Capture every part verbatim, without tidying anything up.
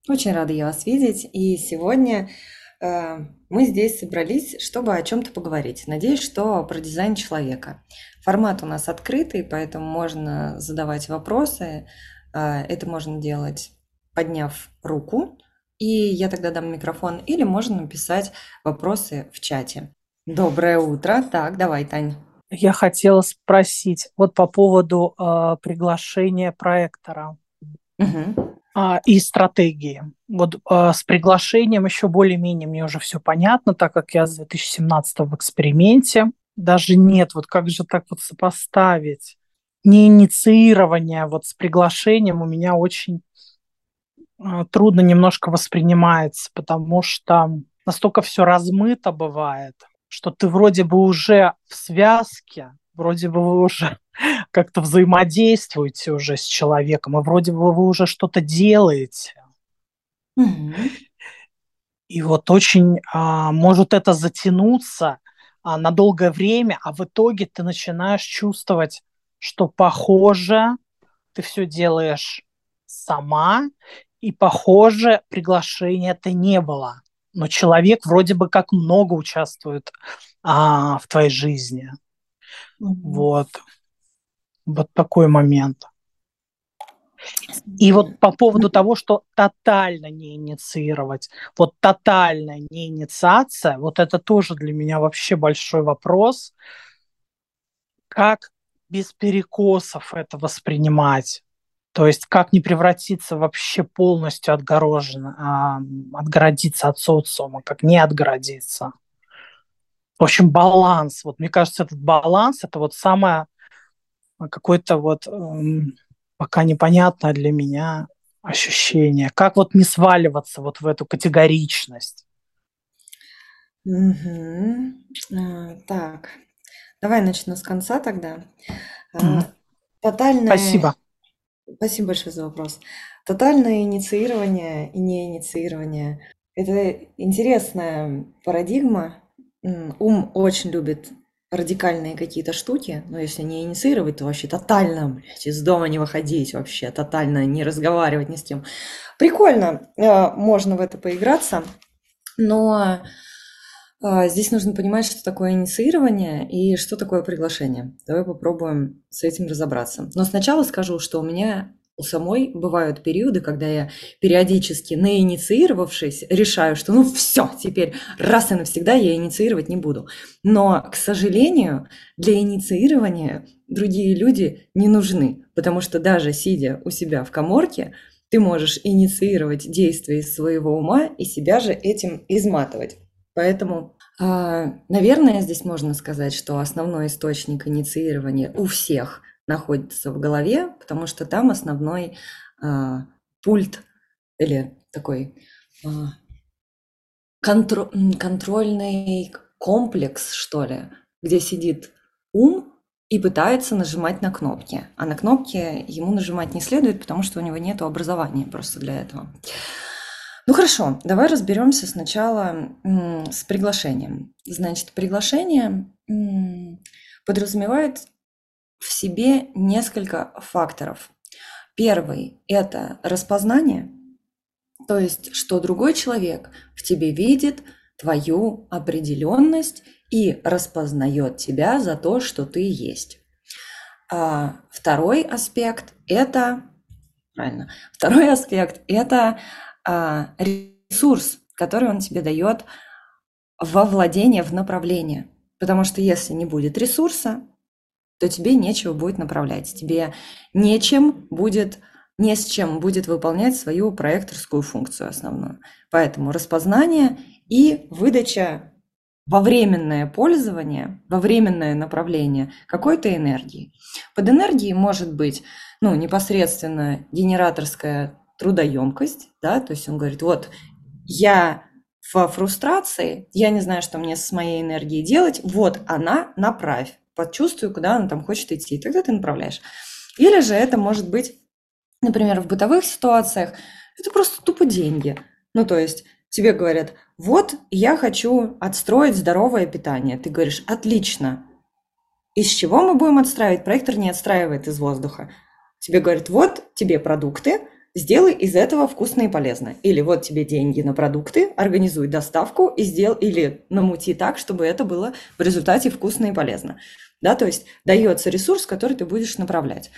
Очень рада я вас видеть. И сегодня э, мы здесь собрались, чтобы о чем-то поговорить. Надеюсь, что про дизайн человека. Формат у нас открытый, поэтому можно задавать вопросы. Э, это можно делать, подняв руку, и я тогда дам микрофон, или можно написать вопросы в чате. Доброе утро. Так, давай, Тань. Я хотела спросить вот по поводу э, приглашения проектора Мгм. а, и стратегии. Вот э, с приглашением еще более-менее мне уже все понятно, так как я с две тысячи семнадцатого в эксперименте. Даже нет, вот как же так вот сопоставить? Не инициирование вот с приглашением у меня очень э, трудно немножко воспринимается, потому что настолько все размыто бывает, что ты вроде бы уже в связке, вроде бы вы уже как-то взаимодействуете уже с человеком, и вроде бы вы уже что-то делаете. Мгм. И вот очень а, может это затянуться а, на долгое время, а в итоге ты начинаешь чувствовать, что похоже, ты все делаешь сама, и похоже, приглашения это не было. Но человек вроде бы как много участвует а, в твоей жизни. Мгм. Вот, вот такой момент. И вот по поводу того, что тотально не инициировать, вот тотальная не инициация, вот это тоже для меня вообще большой вопрос, как без перекосов это воспринимать. То есть как не превратиться вообще полностью отгороженно, а, отгородиться от социума, как не отгородиться. В общем, баланс. Вот мне кажется, этот баланс– это вот самое а, какое-то вот эм, пока непонятное для меня ощущение. Как вот не сваливаться вот в эту категоричность? Мгм. А, Так, давай начну с конца тогда. Мгм. А, Тотальное, Спасибо. спасибо большое за вопрос. Тотальное инициирование и неинициирование– это интересная парадигма. М, Ум очень любит радикальные какие-то штуки, но если не инициировать, то вообще тотально, блядь, из дома не выходить вообще, тотально не разговаривать ни с кем. Прикольно, э, можно в это поиграться, но а, здесь нужно понимать, что такое инициирование и что такое приглашение. Давай попробуем с этим разобраться. Но сначала скажу, что у меня у самой бывают периоды, когда я периодически, наинициировавшись, решаю, что ну все, теперь раз и навсегда я инициировать не буду. Но, к сожалению, для инициирования другие люди не нужны, потому что даже сидя у себя в каморке, ты можешь инициировать действия из своего ума и себя же этим изматывать. Поэтому, а, наверное, здесь можно сказать, что основной источник инициирования у всех находится в голове, потому что там основной а, пульт или такой а, контро- м, контрольный комплекс, что ли, где сидит ум и пытается нажимать на кнопки. А на кнопки ему нажимать не следует, потому что у него нет образования просто для этого. Ну хорошо, давай разберемся сначала м, с приглашением. Значит, приглашение м, подразумевает в себе несколько факторов. Первый– это распознание, то есть, что другой человек в тебе видит твою определенность и распознает тебя за то, что ты есть. А второй аспект– это правильно. Второй аспект– это а, ресурс, который он тебе дает во владение, в направление. Потому что если не будет ресурса, то тебе нечего будет направлять. Тебе нечем будет, не с чем будет выполнять свою проекторскую функцию основную. Поэтому распознание и выдача во временное пользование, во временное направление какой-то энергии. Под энергией может быть ну, непосредственно генераторская трудоемкость, да, то есть он говорит, вот я в фрустрации, я не знаю, что мне с моей энергией делать, вот она, направь, почувствуй, куда она там хочет идти, и тогда ты направляешь. Или же это может быть, например, в бытовых ситуациях, это просто тупо деньги. Ну, то есть тебе говорят, вот я хочу отстроить здоровое питание. Ты говоришь, отлично. Из чего мы будем отстраивать? Проектор не отстраивает из воздуха. Тебе говорят, вот тебе продукты, сделай из этого вкусно и полезно. Или вот тебе деньги на продукты, организуй доставку и сделай, или намути так, чтобы это было в результате вкусно и полезно. Да, то есть дается ресурс, который ты будешь направлять.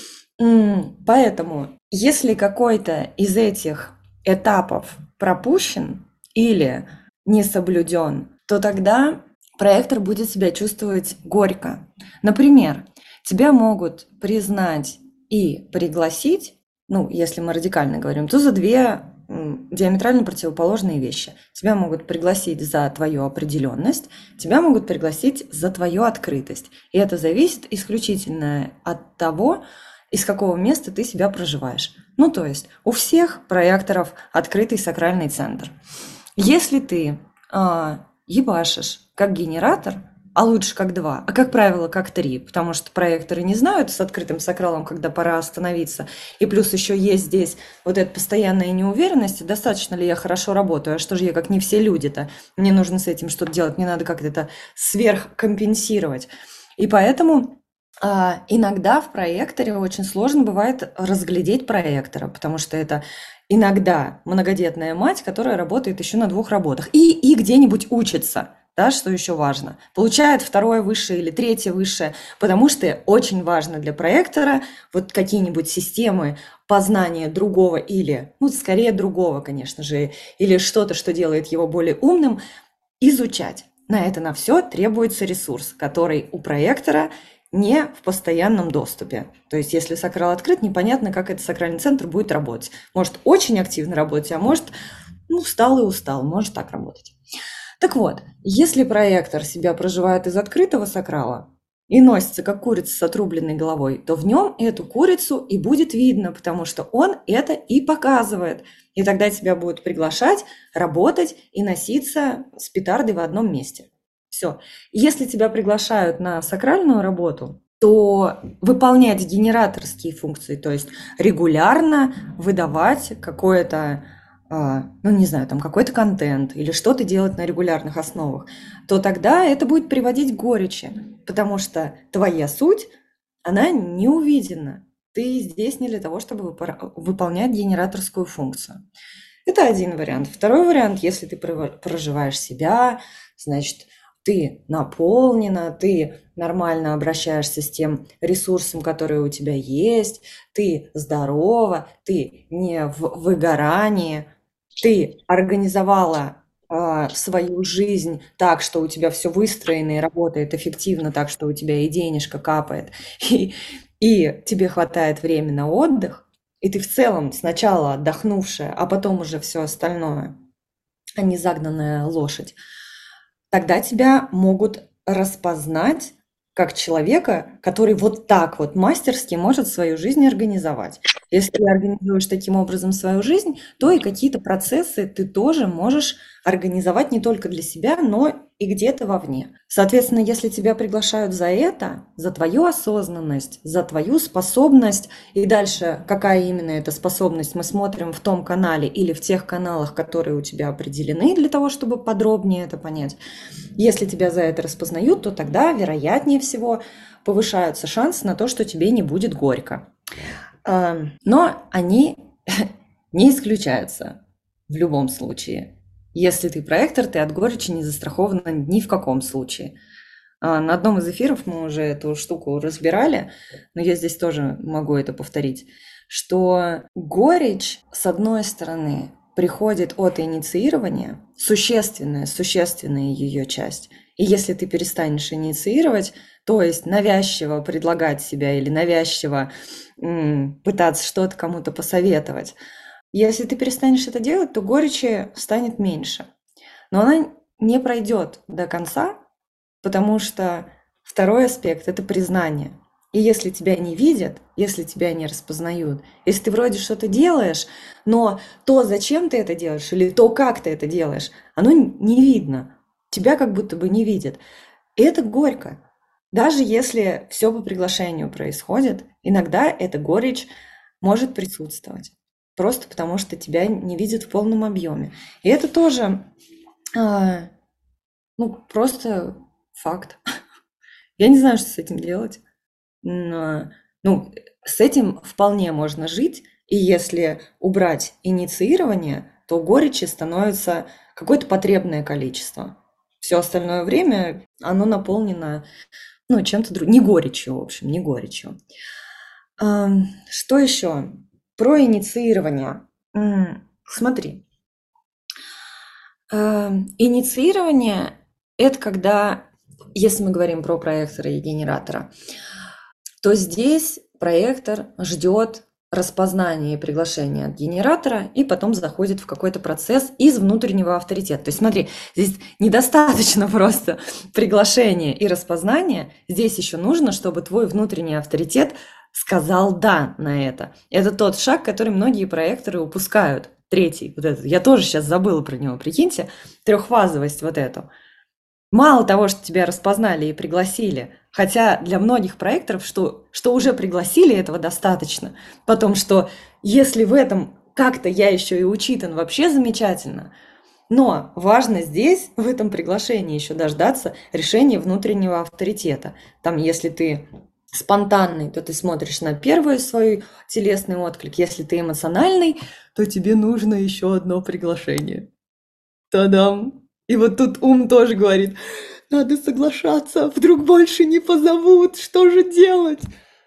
Поэтому, если какой-то из этих этапов пропущен или не соблюден, то тогда проектор будет себя чувствовать горько. Например, тебя могут признать и пригласить, ну, если мы радикально говорим, то за две диаметрально противоположные вещи. Тебя могут пригласить за твою определенность, тебя могут пригласить за твою открытость. И это зависит исключительно от того, из какого места ты себя проживаешь. Ну, то есть у всех проекторов открытый сакральный центр. Если ты э, ебашишь как генератор, а лучше как два, а как правило как три, потому что проекторы не знают с открытым сакралом, когда пора остановиться. И плюс еще есть здесь вот эта постоянная неуверенность, достаточно ли я хорошо работаю, а что же я как не все люди-то, мне нужно с этим что-то делать, мне надо как-то это сверхкомпенсировать. И поэтому а, иногда в проекторе очень сложно бывает разглядеть проектора, потому что это иногда многодетная мать, которая работает еще на двух работах и, и где-нибудь учится. Да, что еще важно, получает второе высшее или третье высшее, потому что очень важно для проектора вот какие-нибудь системы познания другого или, ну, скорее другого, конечно же, или что-то, что делает его более умным, изучать. На это на все требуется ресурс, который у проектора не в постоянном доступе. То есть, если сакрал открыт, непонятно, как этот сакральный центр будет работать. Может очень активно работать, а может, ну, устал и устал, может так работать. Так вот, если проектор себя проживает из открытого сакрала и носится как курица с отрубленной головой, то в нем эту курицу и будет видно, потому что он это и показывает. И тогда тебя будут приглашать, работать и носиться с петардой в одном месте. Все. Если тебя приглашают на сакральную работу, то выполнять генераторские функции, то есть регулярно выдавать какое-то, ну, не знаю, там какой-то контент или что-то делать на регулярных основах, то тогда это будет приводить к горечи, потому что твоя суть, она не увидена. Ты здесь не для того, чтобы выполнять генераторскую функцию. Это один вариант. Второй вариант, если ты проживаешь себя, значит, ты наполнена, ты нормально обращаешься с тем ресурсом, который у тебя есть, ты здорова, ты не в выгорании, ты организовала э, свою жизнь так, что у тебя все выстроено и работает эффективно, так что у тебя и денежка капает, и, и тебе хватает времени на отдых, и ты в целом сначала отдохнувшая, а потом уже все остальное, а не загнанная лошадь, тогда тебя могут распознать как человека, который вот так вот мастерски может свою жизнь организовать. Если ты организуешь таким образом свою жизнь, то и какие-то процессы ты тоже можешь организовать не только для себя, но и где-то вовне. Соответственно, если тебя приглашают за это, за твою осознанность, за твою способность, и дальше какая именно эта способность, мы смотрим в том канале или в тех каналах, которые у тебя определены для того, чтобы подробнее это понять. Если тебя за это распознают, то тогда, вероятнее всего, повышаются шансы на то, что тебе не будет горько. Но они не исключаются в любом случае. Если ты проектор, ты от горечи не застрахован ни в каком случае. На одном из эфиров мы уже эту штуку разбирали, но я здесь тоже могу это повторить, что горечь, с одной стороны, приходит от инициирования, существенная, существенная ее часть. И если ты перестанешь инициировать, то есть навязчиво предлагать себя или навязчиво м, пытаться что-то кому-то посоветовать, если ты перестанешь это делать, то горечи станет меньше. Но она не пройдет до конца, потому что второй аспект – это признание. И если тебя не видят, если тебя не распознают, если ты вроде что-то делаешь, но то, зачем ты это делаешь, или то, как ты это делаешь, оно не видно. Тебя как будто бы не видят. И это горько. Даже если все по приглашению происходит, иногда эта горечь может присутствовать. Просто потому, что тебя не видят в полном объеме. И это тоже, а, ну, просто факт. Я не знаю, что с этим делать. Но, ну, с этим вполне можно жить, И если убрать инициирование, то горечи становится какое-то потребное количество. Все остальное время оно наполнено, ну, чем-то другим, не горечью, в общем, не горечью. Ам, Что еще? Про инициирование. М, Смотри, Ам, инициирование– это когда, если мы говорим про проектора и генератора, то здесь проектор ждет распознания и приглашения от генератора и потом заходит в какой-то процесс из внутреннего авторитета. То есть смотри, здесь недостаточно просто приглашения и распознания, здесь еще нужно, чтобы твой внутренний авторитет сказал «да» на это. Это тот шаг, который многие проекторы упускают. Третий, вот этот, я тоже сейчас забыла про него, прикиньте, трехфазовость вот эту. Мало того, что тебя распознали и пригласили, хотя для многих проекторов, что, что уже пригласили, этого достаточно. Потом, что если в этом как-то я еще и учитан, вообще замечательно. Но важно здесь, в этом приглашении, еще дождаться решения внутреннего авторитета. Там, если ты спонтанный, то ты смотришь на первый свой телесный отклик. Если ты эмоциональный, то тебе нужно еще одно приглашение. Та-дам! И вот тут ум тоже говорит, надо соглашаться, вдруг больше не позовут, что же делать?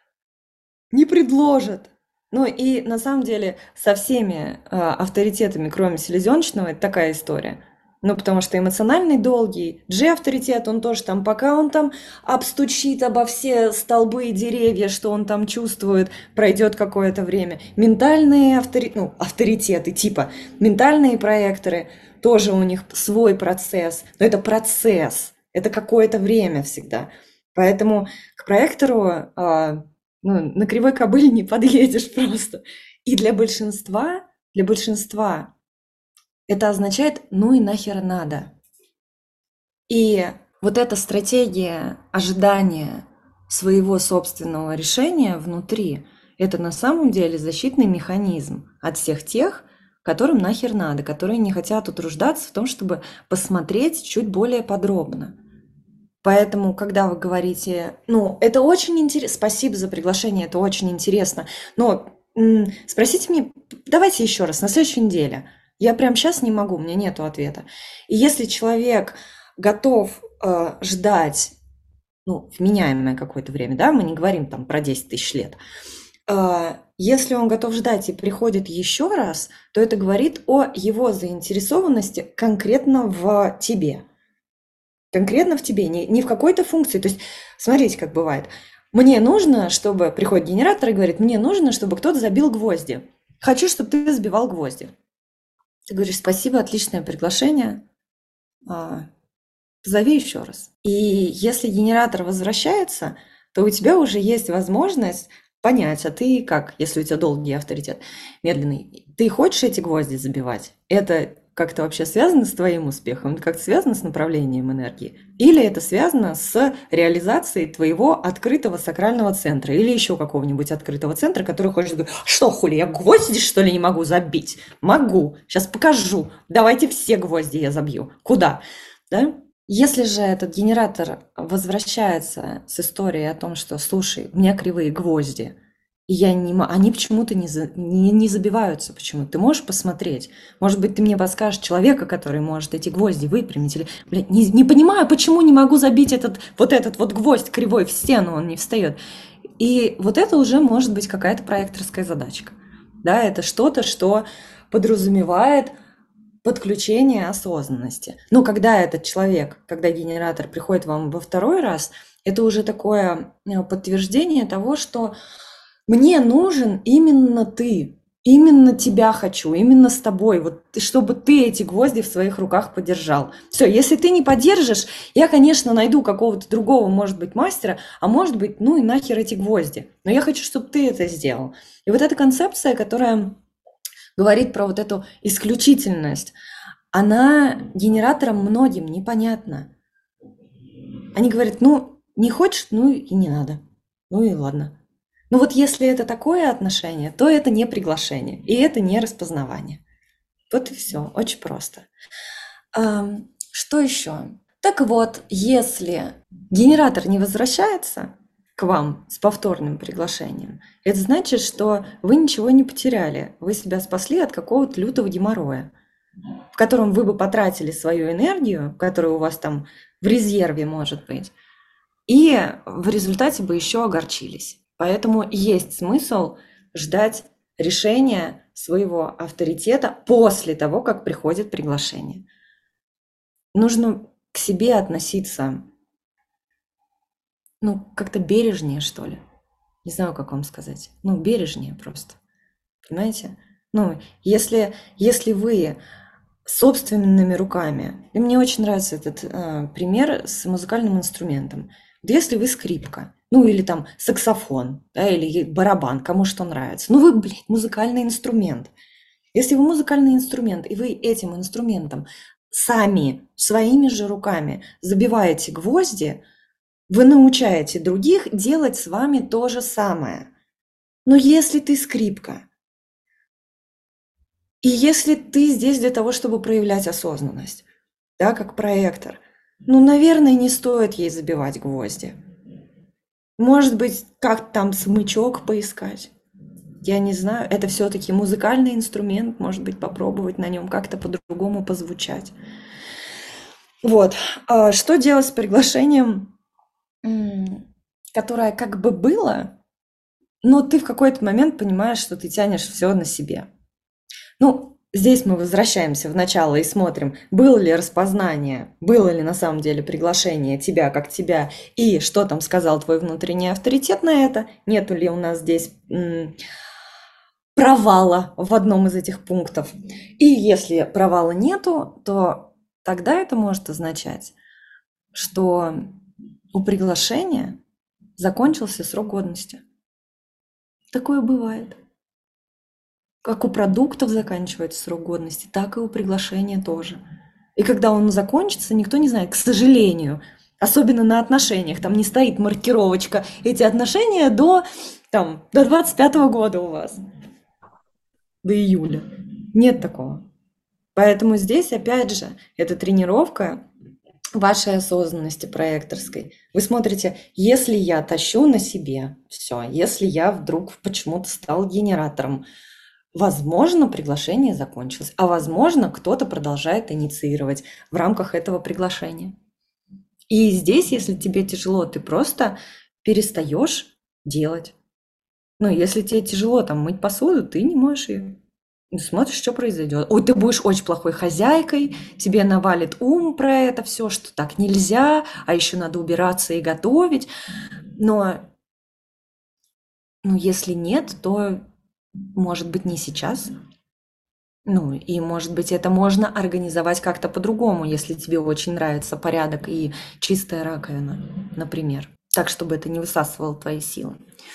Не предложат. Ну и на самом деле со всеми э, авторитетами, кроме селезеночного, это такая история. Ну, потому что эмоциональный долгий, G-авторитет, он тоже там, пока он там обстучит обо все столбы и деревья, что он там чувствует, пройдет какое-то время. Ментальные автори... ну, авторитеты, типа ментальные проекторы, тоже у них свой процесс, но это процесс, это какое-то время всегда. Поэтому к проектору а, ну, на кривой кобыле не подъедешь просто. И для большинства, для большинства это означает «ну и нахер надо». И вот эта стратегия ожидания своего собственного решения внутри, это на самом деле защитный механизм от всех тех, которым нахер надо, которые не хотят утруждаться в том, чтобы посмотреть чуть более подробно. Поэтому, когда вы говорите, ну, это очень интересно, спасибо за приглашение, это очень интересно, но м, спросите мне, давайте еще раз, на следующей неделе. Я прямо сейчас не могу, у меня нету ответа. И если человек готов э, ждать, ну, вменяемое какое-то время, да, мы не говорим там про десять тысяч лет, э, если он готов ждать и приходит еще раз, то это говорит о его заинтересованности конкретно в тебе. Конкретно в тебе, не, не в какой-то функции. То есть, смотрите, как бывает. Мне нужно, чтобы... Приходит генератор и говорит, мне нужно, чтобы кто-то забил гвозди. Хочу, чтобы ты забивал гвозди. Ты говоришь, спасибо, отличное приглашение. А, позови еще раз. И если генератор возвращается, то у тебя уже есть возможность понять, а ты как, если у тебя долгий авторитет, медленный, ты хочешь эти гвозди забивать? Это как-то вообще связано с твоим успехом? Это как-то связано с направлением энергии? Или это связано с реализацией твоего открытого сакрального центра? Или еще какого-нибудь открытого центра, который хочет говорить, что хули, я гвозди что ли не могу забить? Могу, сейчас покажу, давайте все гвозди я забью. Куда? Да? Если же этот генератор возвращается с историей о том, что, слушай, у меня кривые гвозди, и я не мо- они почему-то не, за- не, не забиваются почему. Ты можешь посмотреть? Может быть, ты мне подскажешь человека, который может эти гвозди выпрямить? Или, блядь, не, не понимаю, почему не могу забить этот, вот этот вот гвоздь кривой в стену, он не встает. И вот это уже может быть какая-то проекторская задачка. Да, это что-то, что подразумевает подключение осознанности. Но когда этот человек, когда генератор приходит вам во второй раз, это уже такое э, подтверждение того, что мне нужен именно ты, именно тебя хочу, именно с тобой, вот ты- чтобы ты эти гвозди в своих руках подержал. Все, если ты не поддержишь, я, конечно, найду какого-то другого, может быть, мастера, а может быть, ну и нахер эти гвозди. Но я хочу, чтобы ты это сделал. И вот эта концепция, которая говорит про вот эту исключительность, она генераторам многим непонятна. Они говорят, ну, не хочешь, ну и не надо. Ну и ладно. Но вот если это такое отношение, то это не приглашение, и это не распознавание. Вот и все, очень просто. Ам, Что еще? Так вот, если генератор не возвращается, к вам с повторным приглашением, это значит, что вы ничего не потеряли. Вы себя спасли от какого-то лютого геморроя, в котором вы бы потратили свою энергию, которая у вас там в резерве может быть, и в результате бы еще огорчились. Поэтому есть смысл ждать решения своего авторитета после того, как приходит приглашение. Нужно к себе относиться, ну, как-то бережнее, что ли. Не знаю, как вам сказать. Ну, бережнее просто. Понимаете? Ну, если, если вы собственными руками, и мне очень нравится этот э, пример с музыкальным инструментом. Вот если вы скрипка, ну или там саксофон, да, или барабан, кому что нравится. Ну вы, блядь, музыкальный инструмент. Если вы музыкальный инструмент, и вы этим инструментом сами, своими же руками забиваете гвозди, вы научаете других делать с вами то же самое. Но если ты скрипка, и если ты здесь для того, чтобы проявлять осознанность, да, как проектор, ну, наверное, не стоит ей забивать гвозди. Может быть, как там смычок поискать. Я не знаю, это все-таки музыкальный инструмент, может быть, попробовать на нем как-то по-другому позвучать. Вот. А что делать с приглашением, которое как бы было, но ты в какой-то момент понимаешь, что ты тянешь все на себе. Ну, здесь мы возвращаемся в начало и смотрим, было ли распознание, было ли на самом деле приглашение тебя как тебя, и что там сказал твой внутренний авторитет на это, нету ли у нас здесь м, провала в одном из этих пунктов. И если провала нету, то тогда это может означать, что у приглашения закончился срок годности. Такое бывает. Как у продуктов заканчивается срок годности, так и у приглашения тоже. И когда он закончится, никто не знает, к сожалению. Особенно на отношениях. Там не стоит маркировочка. Эти отношения до, там, до двадцать пятого года у вас. До июля. Нет такого. Поэтому здесь, опять же, это тренировка вашей осознанности проекторской. Вы смотрите, если я тащу на себе все, если я вдруг почему-то стал генератором, возможно, приглашение закончилось, а возможно, кто-то продолжает инициировать в рамках этого приглашения. И здесь, если тебе тяжело, ты просто перестаешь делать. Ну, если тебе тяжело там мыть посуду, ты не можешь ее. Смотришь, что произойдет. Ой, ты будешь очень плохой хозяйкой, тебе навалит ум про это все, что так нельзя, а еще надо убираться и готовить. Но ну, если нет, то может быть не сейчас. Ну, и может быть это можно организовать как-то по-другому, если тебе очень нравится порядок и чистая раковина, например. Так, чтобы это не высасывало твои силы.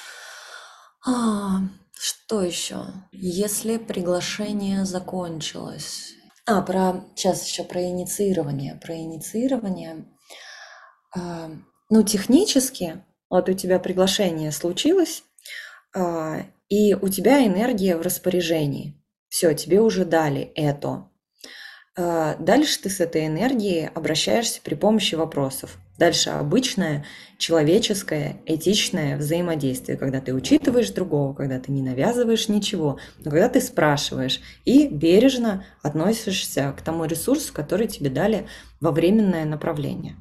А, что еще? Если приглашение закончилось. А, про сейчас еще про инициирование. Про инициирование. А, ну, технически, вот у тебя приглашение случилось, а, и у тебя энергия в распоряжении. Все, тебе уже дали это. А, дальше ты с этой энергией обращаешься при помощи вопросов. Дальше обычное человеческое, этичное взаимодействие, когда ты учитываешь другого, когда ты не навязываешь ничего, но когда ты спрашиваешь и бережно относишься к тому ресурсу, который тебе дали во временное направление.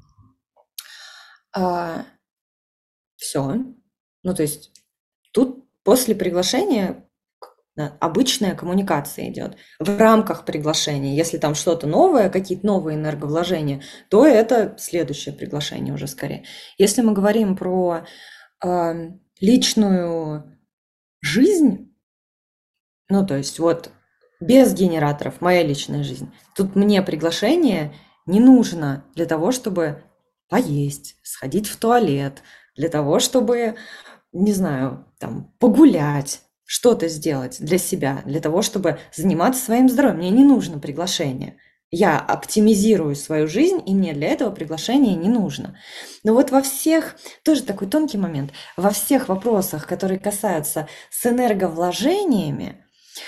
А, все. Ну, то есть тут после приглашения обычная коммуникация идет. В рамках приглашения, если там что-то новое, какие-то новые энерговложения, то это следующее приглашение уже скорее. Если мы говорим про э, личную жизнь, ну то есть вот без генераторов моя личная жизнь, тут мне приглашение не нужно для того, чтобы поесть, сходить в туалет, для того, чтобы, не знаю, там, погулять, что-то сделать для себя, для того, чтобы заниматься своим здоровьем. Мне не нужно приглашение. Я оптимизирую свою жизнь, и мне для этого приглашение не нужно. Но вот во всех, тоже такой тонкий момент, во всех вопросах, которые касаются с энерговложениями,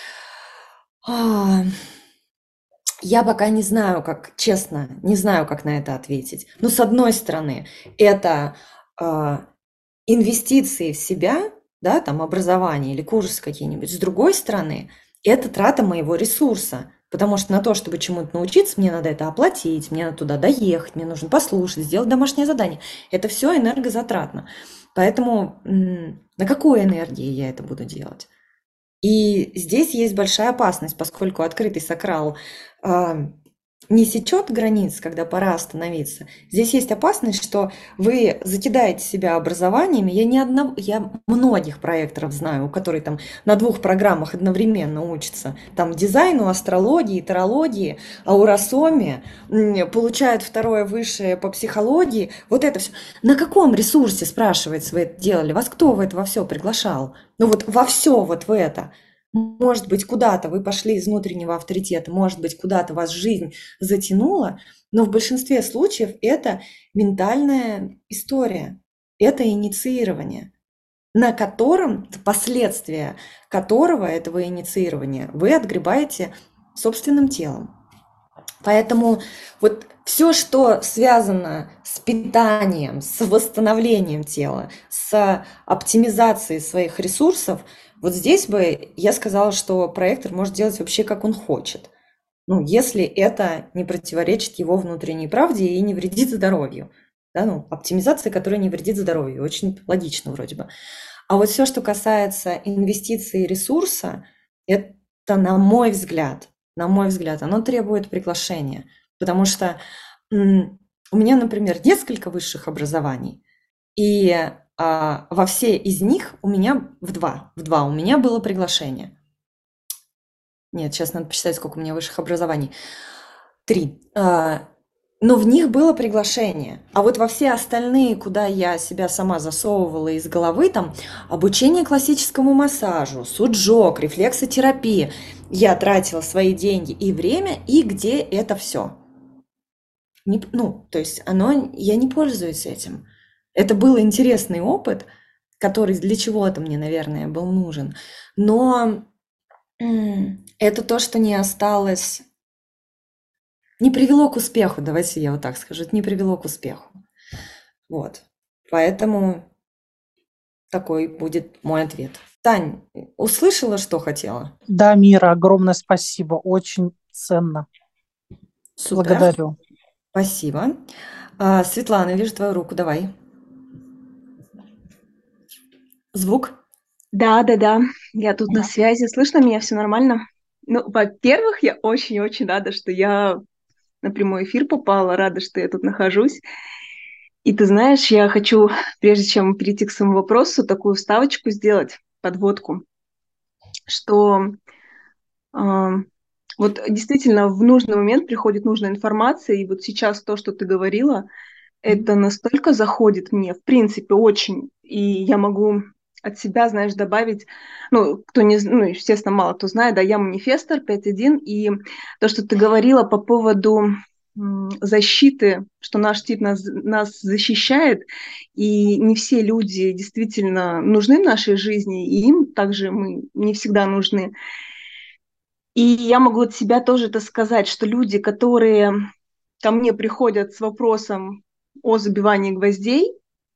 я пока не знаю, как, честно, не знаю, как на это ответить. Но с одной стороны, это инвестиции в себя, да, там образование или курсы какие-нибудь, с другой стороны, это трата моего ресурса. Потому что на то, чтобы чему-то научиться, мне надо это оплатить, мне надо туда доехать, мне нужно послушать, сделать домашнее задание. Это все энергозатратно. Поэтому м, на какой энергии я это буду делать? И здесь есть большая опасность, поскольку открытый сакрал а, не сечет границ, когда пора остановиться. Здесь есть опасность, что вы закидаете себя образованиями. Я не одного, я многих проекторов знаю, у которых там на двух программах одновременно учатся. Там дизайну, астрологии, тарологии, ауросоме, м, получают второе высшее по психологии. Вот это все. На каком ресурсе, спрашивается, вы это делали? Вас кто в это во все приглашал? Ну вот во все вот в это. Может быть, куда-то вы пошли из внутреннего авторитета, может быть, куда-то вас жизнь затянула, но в большинстве случаев это ментальная история, это инициирование, на котором, последствия которого, этого инициирования, вы отгребаете собственным телом. Поэтому вот все, что связано с питанием, с восстановлением тела, с оптимизацией своих ресурсов, вот здесь бы я сказала, что проектор может делать вообще как он хочет. Ну, если это не противоречит его внутренней правде и не вредит здоровью. Да, ну, оптимизация, которая не вредит здоровью. Очень логично вроде бы. А вот все, что касается инвестиций и ресурса, это, на мой взгляд, на мой взгляд, оно требует приглашения. Потому что м, у меня, например, несколько высших образований, и а, во все из них у меня в два, в два у меня было приглашение. Нет, сейчас надо посчитать, сколько у меня высших образований. Три. А, но в них было приглашение. А вот во все остальные, куда я себя сама засовывала из головы, там обучение классическому массажу, суджок, рефлексотерапия, я тратила свои деньги и время, и где это все. Не, ну, то есть оно, я не пользуюсь этим. Это был интересный опыт, который для чего-то мне, наверное, был нужен. Но м, это то, что не осталось, не привело к успеху, давайте я вот так скажу, это не привело к успеху. Вот. Поэтому такой будет мой ответ. Тань, услышала, что хотела? Да, Мира, огромное спасибо, очень ценно. Супер, Благодарю. спасибо. А, Светлана, вижу твою руку, давай. Звук? Да, да, да, я тут на связи. Слышно меня? Все нормально? Ну, во-первых, я очень-очень рада, что я на прямой эфир попала, рада, что я тут нахожусь. И ты знаешь, я хочу, прежде чем перейти к своему вопросу, такую вставочку сделать, подводку, что э, вот действительно в нужный момент приходит нужная информация, и вот сейчас то, что ты говорила, это настолько заходит мне, в принципе, очень. И я могу от себя, знаешь, добавить, ну, кто не, з- ну, естественно, мало кто знает, да, я манифестор пять один, и то, что ты говорила по поводу м, защиты, что наш тип нас, нас защищает, и не все люди действительно нужны в нашей жизни, и им также мы не всегда нужны. И я могу от себя тоже это сказать, что люди, которые ко мне приходят с вопросом о забивании гвоздей,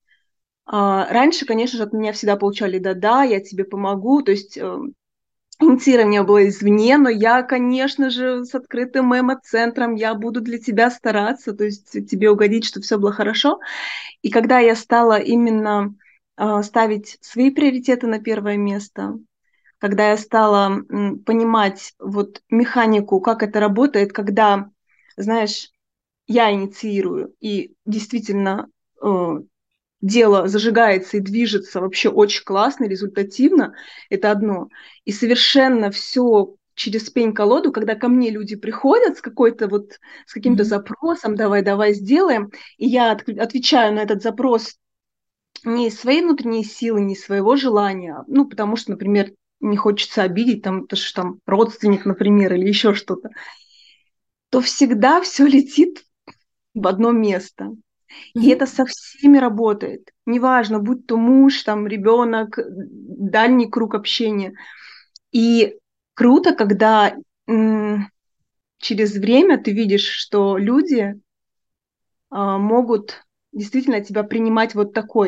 а, раньше, конечно же, от меня всегда получали «да-да, я тебе помогу», то есть э, инициирование было извне, но я, конечно же, с открытым эмо-центром, я буду для тебя стараться, то есть тебе угодить, чтобы все было хорошо. И когда я стала именно э, ставить свои приоритеты на первое место, когда я стала м, понимать вот механику, как это работает, когда, знаешь, я инициирую, и действительно э, дело зажигается и движется вообще очень классно, результативно, это одно. И совершенно все через пень-колоду, когда ко мне люди приходят с какой-то вот, с каким-то Мгм. запросом, давай, давай сделаем, и я от- отвечаю на этот запрос не из своей внутренней силы, не из своего желания, ну, потому что, например, не хочется обидеть, там, то, что там родственник, например, или еще что-то, то всегда все летит в одно место. И Мгм. это со всеми работает. Неважно, будь то муж, там, ребенок, дальний круг общения. И круто, когда м, через время ты видишь, что люди а, могут действительно тебя принимать вот такой,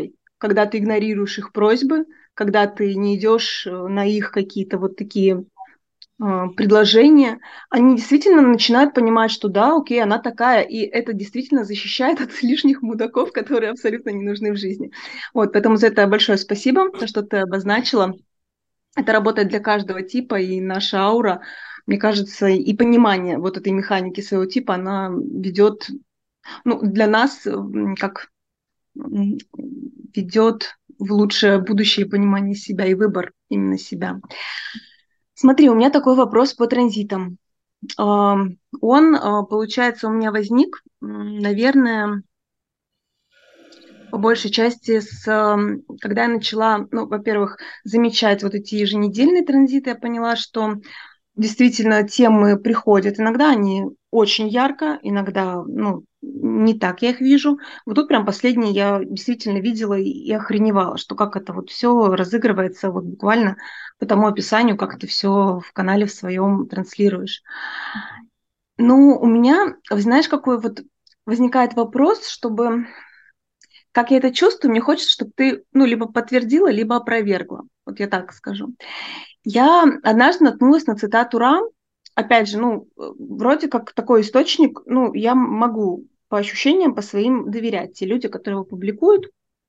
когда ты игнорируешь их просьбы, когда ты не идешь на их какие-то вот такие э, предложения, они действительно начинают понимать, что да, окей, она такая, и это действительно защищает от лишних мудаков, которые абсолютно не нужны в жизни. Вот, поэтому за это большое спасибо, то, что ты обозначила. Это работает для каждого типа, и наша аура, мне кажется, и понимание вот этой механики своего типа, она ведет, ну, для нас, м, как м, ведет в лучшее будущее понимание себя и выбор именно себя. Смотри, у меня такой вопрос по транзитам. А, Он, а, получается, у меня возник, м, наверное, по большей части, с, ам, когда я начала, ну, во-первых, замечать вот эти еженедельные транзиты, я поняла, что действительно темы приходят. Иногда они очень ярко, иногда, ну, не так я их вижу. Вот тут прям последнее я действительно видела и и охреневала, что как это вот все разыгрывается вот буквально по тому описанию, как это все в канале в своем транслируешь. Ну, у меня, знаешь, какой вот возникает вопрос, чтобы как я это чувствую, мне хочется, чтобы ты, ну, либо подтвердила, либо опровергла. Вот я так скажу. Я однажды наткнулась на цитату Ра. Опять же, ну, э, вроде как такой источник, ну, я могу по ощущениям, по своим доверять. Те люди, которые его публикуют,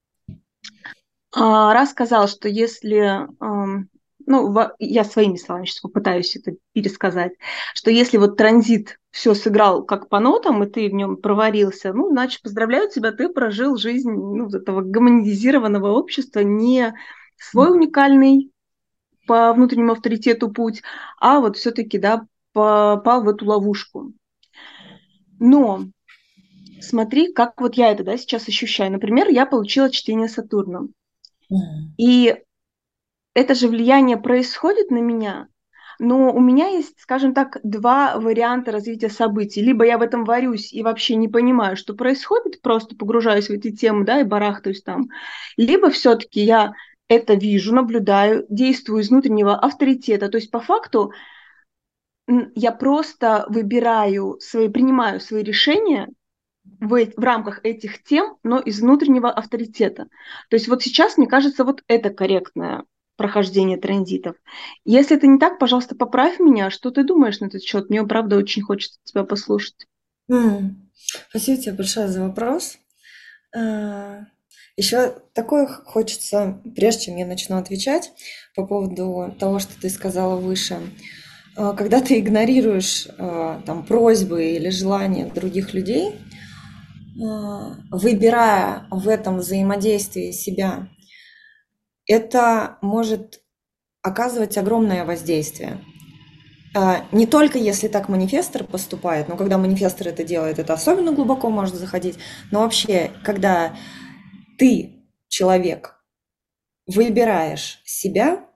а, Ра сказал, что если, ам, ну, во- я своими словами сейчас попытаюсь это пересказать, что если вот транзит все сыграл как по нотам, и ты в нем проварился, ну, значит, поздравляю тебя, ты прожил жизнь, ну, вот этого гомогенизированного общества, не свой уникальный по внутреннему авторитету путь, а вот все-таки, да, попал в эту ловушку. Но смотри, как вот я это, да, сейчас ощущаю. Например, я получила чтение Сатурна. Мгм. И это же влияние происходит на меня, но у меня есть, скажем так, два варианта развития событий. Либо я в этом варюсь и вообще не понимаю, что происходит, просто погружаюсь в эти темы, да, и барахтаюсь там. Либо все-таки я это вижу, наблюдаю, действую из внутреннего авторитета. То есть по факту м, я просто выбираю свои, принимаю свои решения в, э- в рамках этих тем, но из внутреннего авторитета. То есть вот сейчас, мне кажется, вот это корректное прохождение транзитов. Если это не так, пожалуйста, поправь меня. Что ты думаешь на этот счет? Мне, правда, очень хочется тебя послушать. М. Спасибо тебе большое за вопрос. Еще такое х- хочется, прежде чем я начну отвечать по поводу того, что ты сказала выше. А, Когда ты игнорируешь а, там просьбы или желания других людей, а, выбирая в этом взаимодействии себя, это может оказывать огромное воздействие. А, Не только если так манифестор поступает, но когда манифестор это делает, это особенно глубоко может заходить, но вообще, когда ты, человек, выбираешь себя,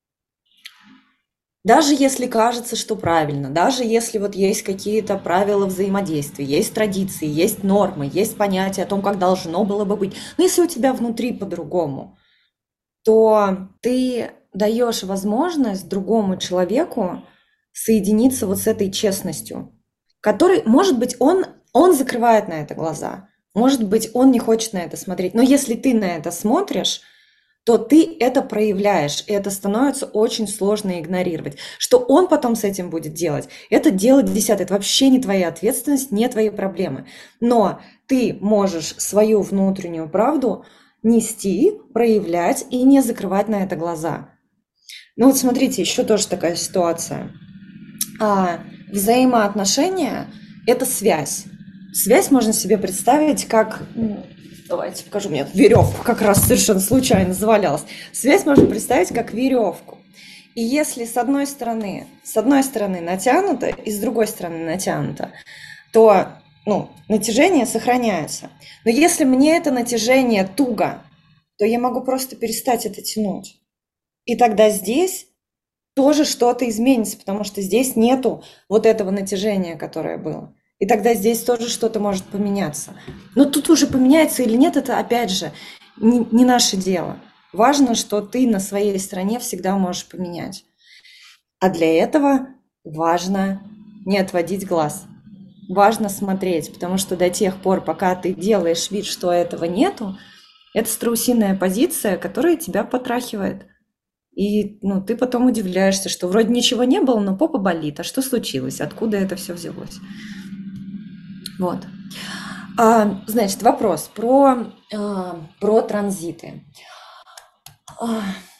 даже если кажется, что правильно, даже если вот есть какие-то правила взаимодействия, есть традиции, есть нормы, есть понятие о том, как должно было бы быть, но если у тебя внутри по-другому, то ты даешь возможность другому человеку соединиться вот с этой честностью, который, может быть, он, он закрывает на это глаза, может быть, он не хочет на это смотреть, но если ты на это смотришь, то ты это проявляешь, и это становится очень сложно игнорировать. Что он потом с этим будет делать, это дело десятое, это вообще не твоя ответственность, не твои проблемы. Но ты можешь свою внутреннюю правду нести, проявлять и не закрывать на это глаза. Ну вот смотрите, еще тоже такая ситуация. А, взаимоотношения– это связь. Связь можно себе представить как… м, Давайте покажу, мне веревку как раз совершенно случайно завалялась. Связь можно представить как веревку. И если с одной стороны, с одной стороны натянуто и с другой стороны натянуто, то ну, натяжение сохраняется. Но если мне это натяжение туго, то я могу просто перестать это тянуть. И тогда здесь тоже что-то изменится, потому что здесь нету вот этого натяжения, которое было. И тогда здесь тоже что-то может поменяться. Но тут уже поменяется или нет, это опять же не, не наше дело. Важно, что ты на своей стороне всегда можешь поменять. А для этого важно не отводить глаз. Важно смотреть, потому что до тех пор, пока ты делаешь вид, что этого нету, Это страусиная позиция, которая тебя потрахивает. И ну, ты потом удивляешься, что вроде ничего не было, но попа болит. А что случилось? Откуда это все взялось? Вот. А, значит, вопрос про, а, про транзиты. А,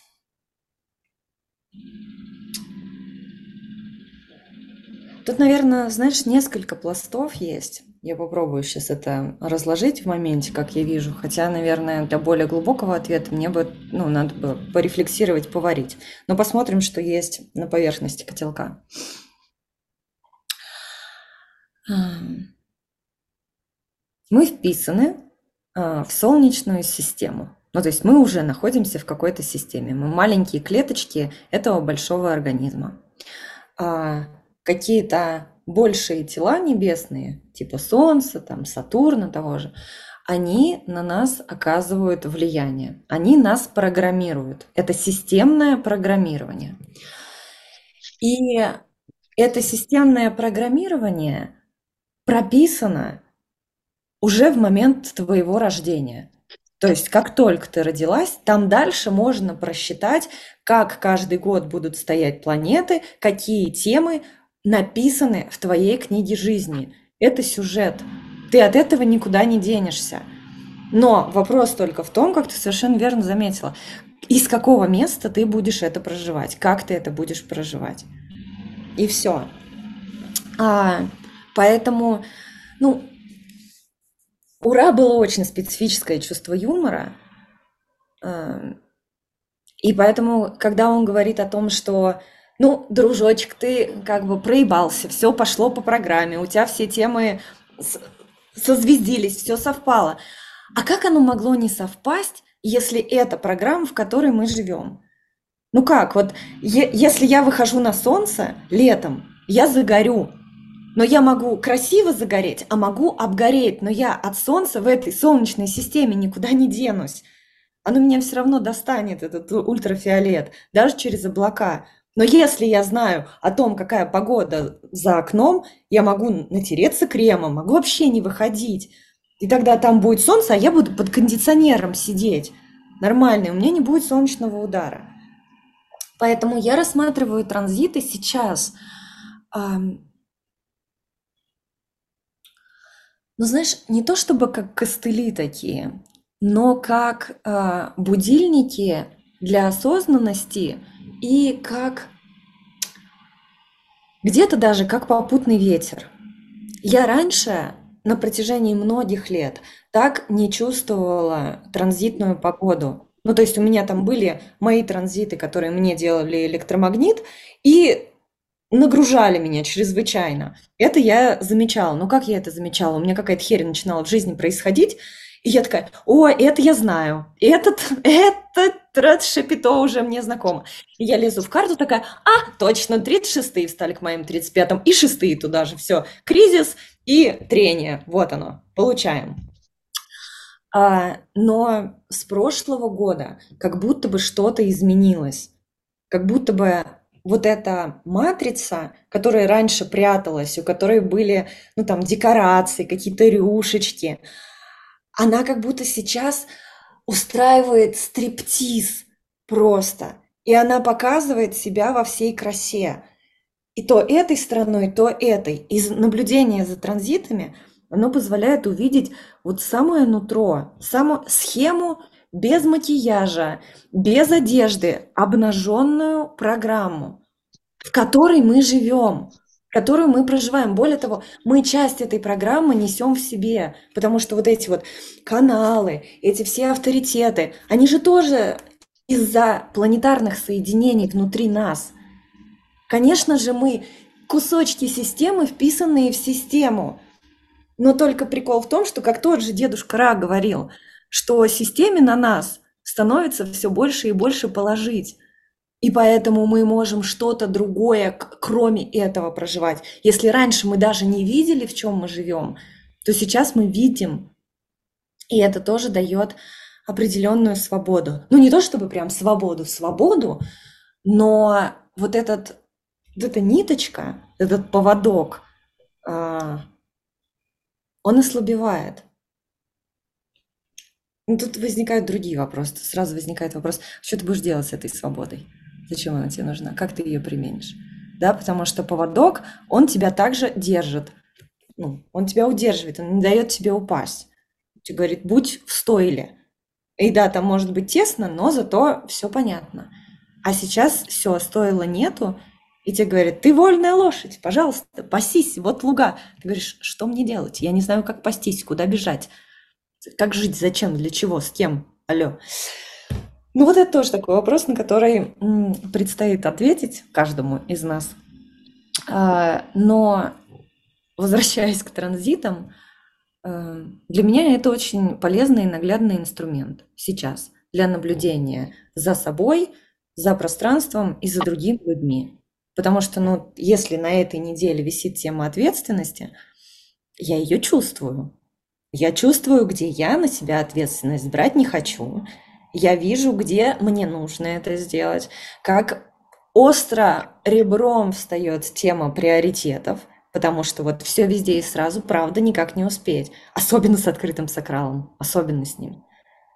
Тут, наверное, знаешь, несколько пластов есть. Я попробую сейчас это разложить в моменте, как я вижу. Хотя, наверное, для более глубокого ответа мне бы, ну, надо бы порефлексировать, поварить. Но посмотрим, что есть на поверхности котелка. Мы вписаны в Солнечную систему. Ну, то есть мы уже находимся в какой-то системе. Мы маленькие клеточки этого большого организма. Какие-то большие тела небесные, типа Солнца, там, Сатурна того же, они на нас оказывают влияние. Они нас программируют. Это системное программирование. И это системное программирование прописано уже в момент твоего рождения. То есть как только ты родилась, там дальше можно просчитать, как каждый год будут стоять планеты, какие темы написаны в твоей книге жизни. Это сюжет. Ты от этого никуда не денешься. Но вопрос только в том, как ты совершенно верно заметила, из какого места ты будешь это проживать, как ты это будешь проживать. И все. А, поэтому, ну, у Ра было очень специфическое чувство юмора. И поэтому, когда он говорит о том, что, ну, дружочек, ты как бы проебался, все пошло по программе, у тебя все темы созвездились, все совпало. А как оно могло не совпасть, если это программа, в которой мы живем? Ну как, вот е- если я выхожу на солнце летом, я загорю, но я могу красиво загореть, а могу обгореть, но я от солнца в этой солнечной системе никуда не денусь. Оно меня все равно достанет, этот ультрафиолет, даже через облака. Но если я знаю о том, какая погода за окном, я могу натереться кремом, могу вообще не выходить. И тогда там будет солнце, а я буду под кондиционером сидеть. Нормально, и у меня не будет солнечного удара. Поэтому я рассматриваю транзиты сейчас. ам, Ну, знаешь, не то чтобы как костыли такие, но как а, будильники для осознанности и как где-то даже как попутный ветер. Я раньше на протяжении многих лет так не чувствовала транзитную погоду. Ну, то есть у меня там были мои транзиты, которые мне делали электромагнит, и нагружали меня чрезвычайно. Это я замечала. Ну, как я это замечала? У меня какая-то херь начинала в жизни происходить, и я такая, о, это я знаю, этот, этот шапито уже мне знакомо. И я лезу в карту такая, а, точно, тридцать шестые встали к моим тридцать пятым, и шестые туда же, все, кризис и трение, вот оно, получаем. А, но с прошлого года как будто бы что-то изменилось, как будто бы вот эта матрица, которая раньше пряталась, у которой были, ну, там, декорации, какие-то рюшечки, она как будто сейчас устраивает стриптиз просто. И она показывает себя во всей красе. И то этой стороной, то этой. Из наблюдения за транзитами оно позволяет увидеть вот самое нутро, саму схему без макияжа, без одежды, обнаженную программу, в которой мы живем, которую мы проживаем. Более того, мы часть этой программы несем в себе, потому что вот эти вот каналы, эти все авторитеты, они же тоже из-за планетарных соединений внутри нас. Конечно же, мы кусочки системы, вписанные в систему. Но только прикол в том, что, как тот же дедушка Ра говорил, что системе на нас становится все больше и больше положить. И поэтому мы можем что-то другое, кроме этого, проживать. Если раньше мы даже не видели, в чем мы живем, то сейчас мы видим. И это тоже дает определенную свободу. Ну, не то чтобы прям свободу, свободу, но вот, этот, вот эта ниточка, этот поводок, он ослабевает. Ну, тут возникают другие вопросы. Сразу возникает вопрос, что ты будешь делать с этой свободой? Зачем она тебе нужна? Как ты ее применишь? Да, потому что поводок, он тебя также держит. Ну, он тебя удерживает, он не дает тебе упасть. Тебе говорит, будь в стойле. И да, там может быть тесно, но зато все понятно. А сейчас все, стойла нету, и тебе говорят, ты вольная лошадь, пожалуйста, пасись, вот луга. Ты говоришь, что мне делать? Я не знаю, как пастись, куда бежать, как жить, зачем, для чего, с кем, алло. Ну вот это тоже такой вопрос, на который м, предстоит ответить каждому из нас. А, но возвращаясь к транзитам, э, для меня это очень полезный и наглядный инструмент сейчас для наблюдения за собой, за пространством и за другими людьми. Потому что, ну, если на этой неделе висит тема ответственности, я ее чувствую. Я чувствую, где я на себя ответственность брать не хочу. Я вижу, где мне нужно это сделать, как остро ребром встает тема приоритетов, потому что вот все везде и сразу, правда, никак не успеть. Особенно с открытым сакралом, особенно с ним.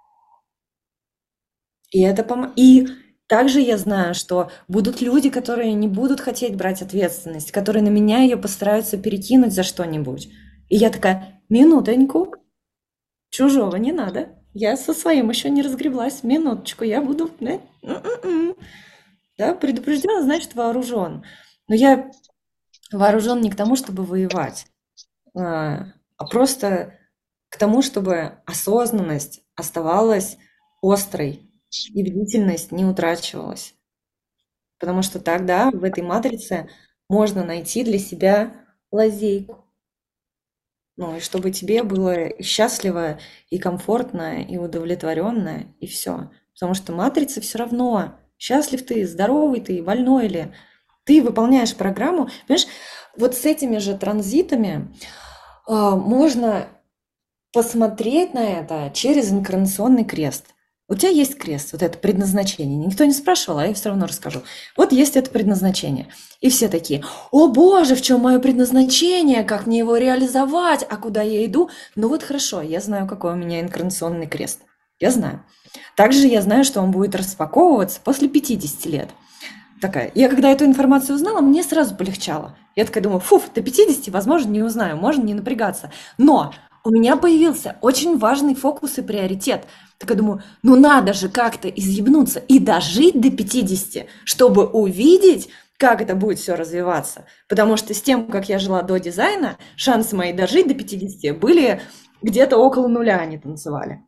И это пом... И также я знаю, что будут люди, которые не будут хотеть брать ответственность, которые на меня ее постараются перекинуть за что-нибудь. И я такая, минутоньку, чужого не надо. Я со своим еще не разгреблась. Минуточку, я буду... Да, м-м-м. Да, предупрежден, значит вооружен. Но я вооружен не к тому, чтобы воевать, а а просто к тому, чтобы осознанность оставалась острой и бдительность не утрачивалась. Потому что тогда в этой матрице можно найти для себя лазейку. Ну, и чтобы тебе было и счастливо, и комфортно, и удовлетворенно, и все. Потому что матрица все равно, счастлив ты, здоровый ты, больной ли, ты выполняешь программу. Понимаешь, вот с этими же транзитами а, можно посмотреть на это через инкарнационный крест. У тебя есть крест, вот это предназначение. Никто не спрашивал, а я все равно расскажу. Вот есть это предназначение. И все такие, о боже, в чем мое предназначение, как мне его реализовать, а куда я иду? Ну вот хорошо, я знаю, какой у меня инкарнационный крест. Я знаю. Также я знаю, что он будет распаковываться после пятидесяти лет. Такая. Я когда эту информацию узнала, мне сразу полегчало. Я такая думаю, фу, до пятидесяти, возможно, не узнаю, можно не напрягаться. Но у меня появился очень важный фокус и приоритет. Так я думаю, ну надо же как-то изъебнуться и дожить до пятидесяти, чтобы увидеть, как это будет все развиваться. Потому что с тем, как я жила до дизайна, шансы мои дожить до пятидесяти были где-то около нуля, они танцевали.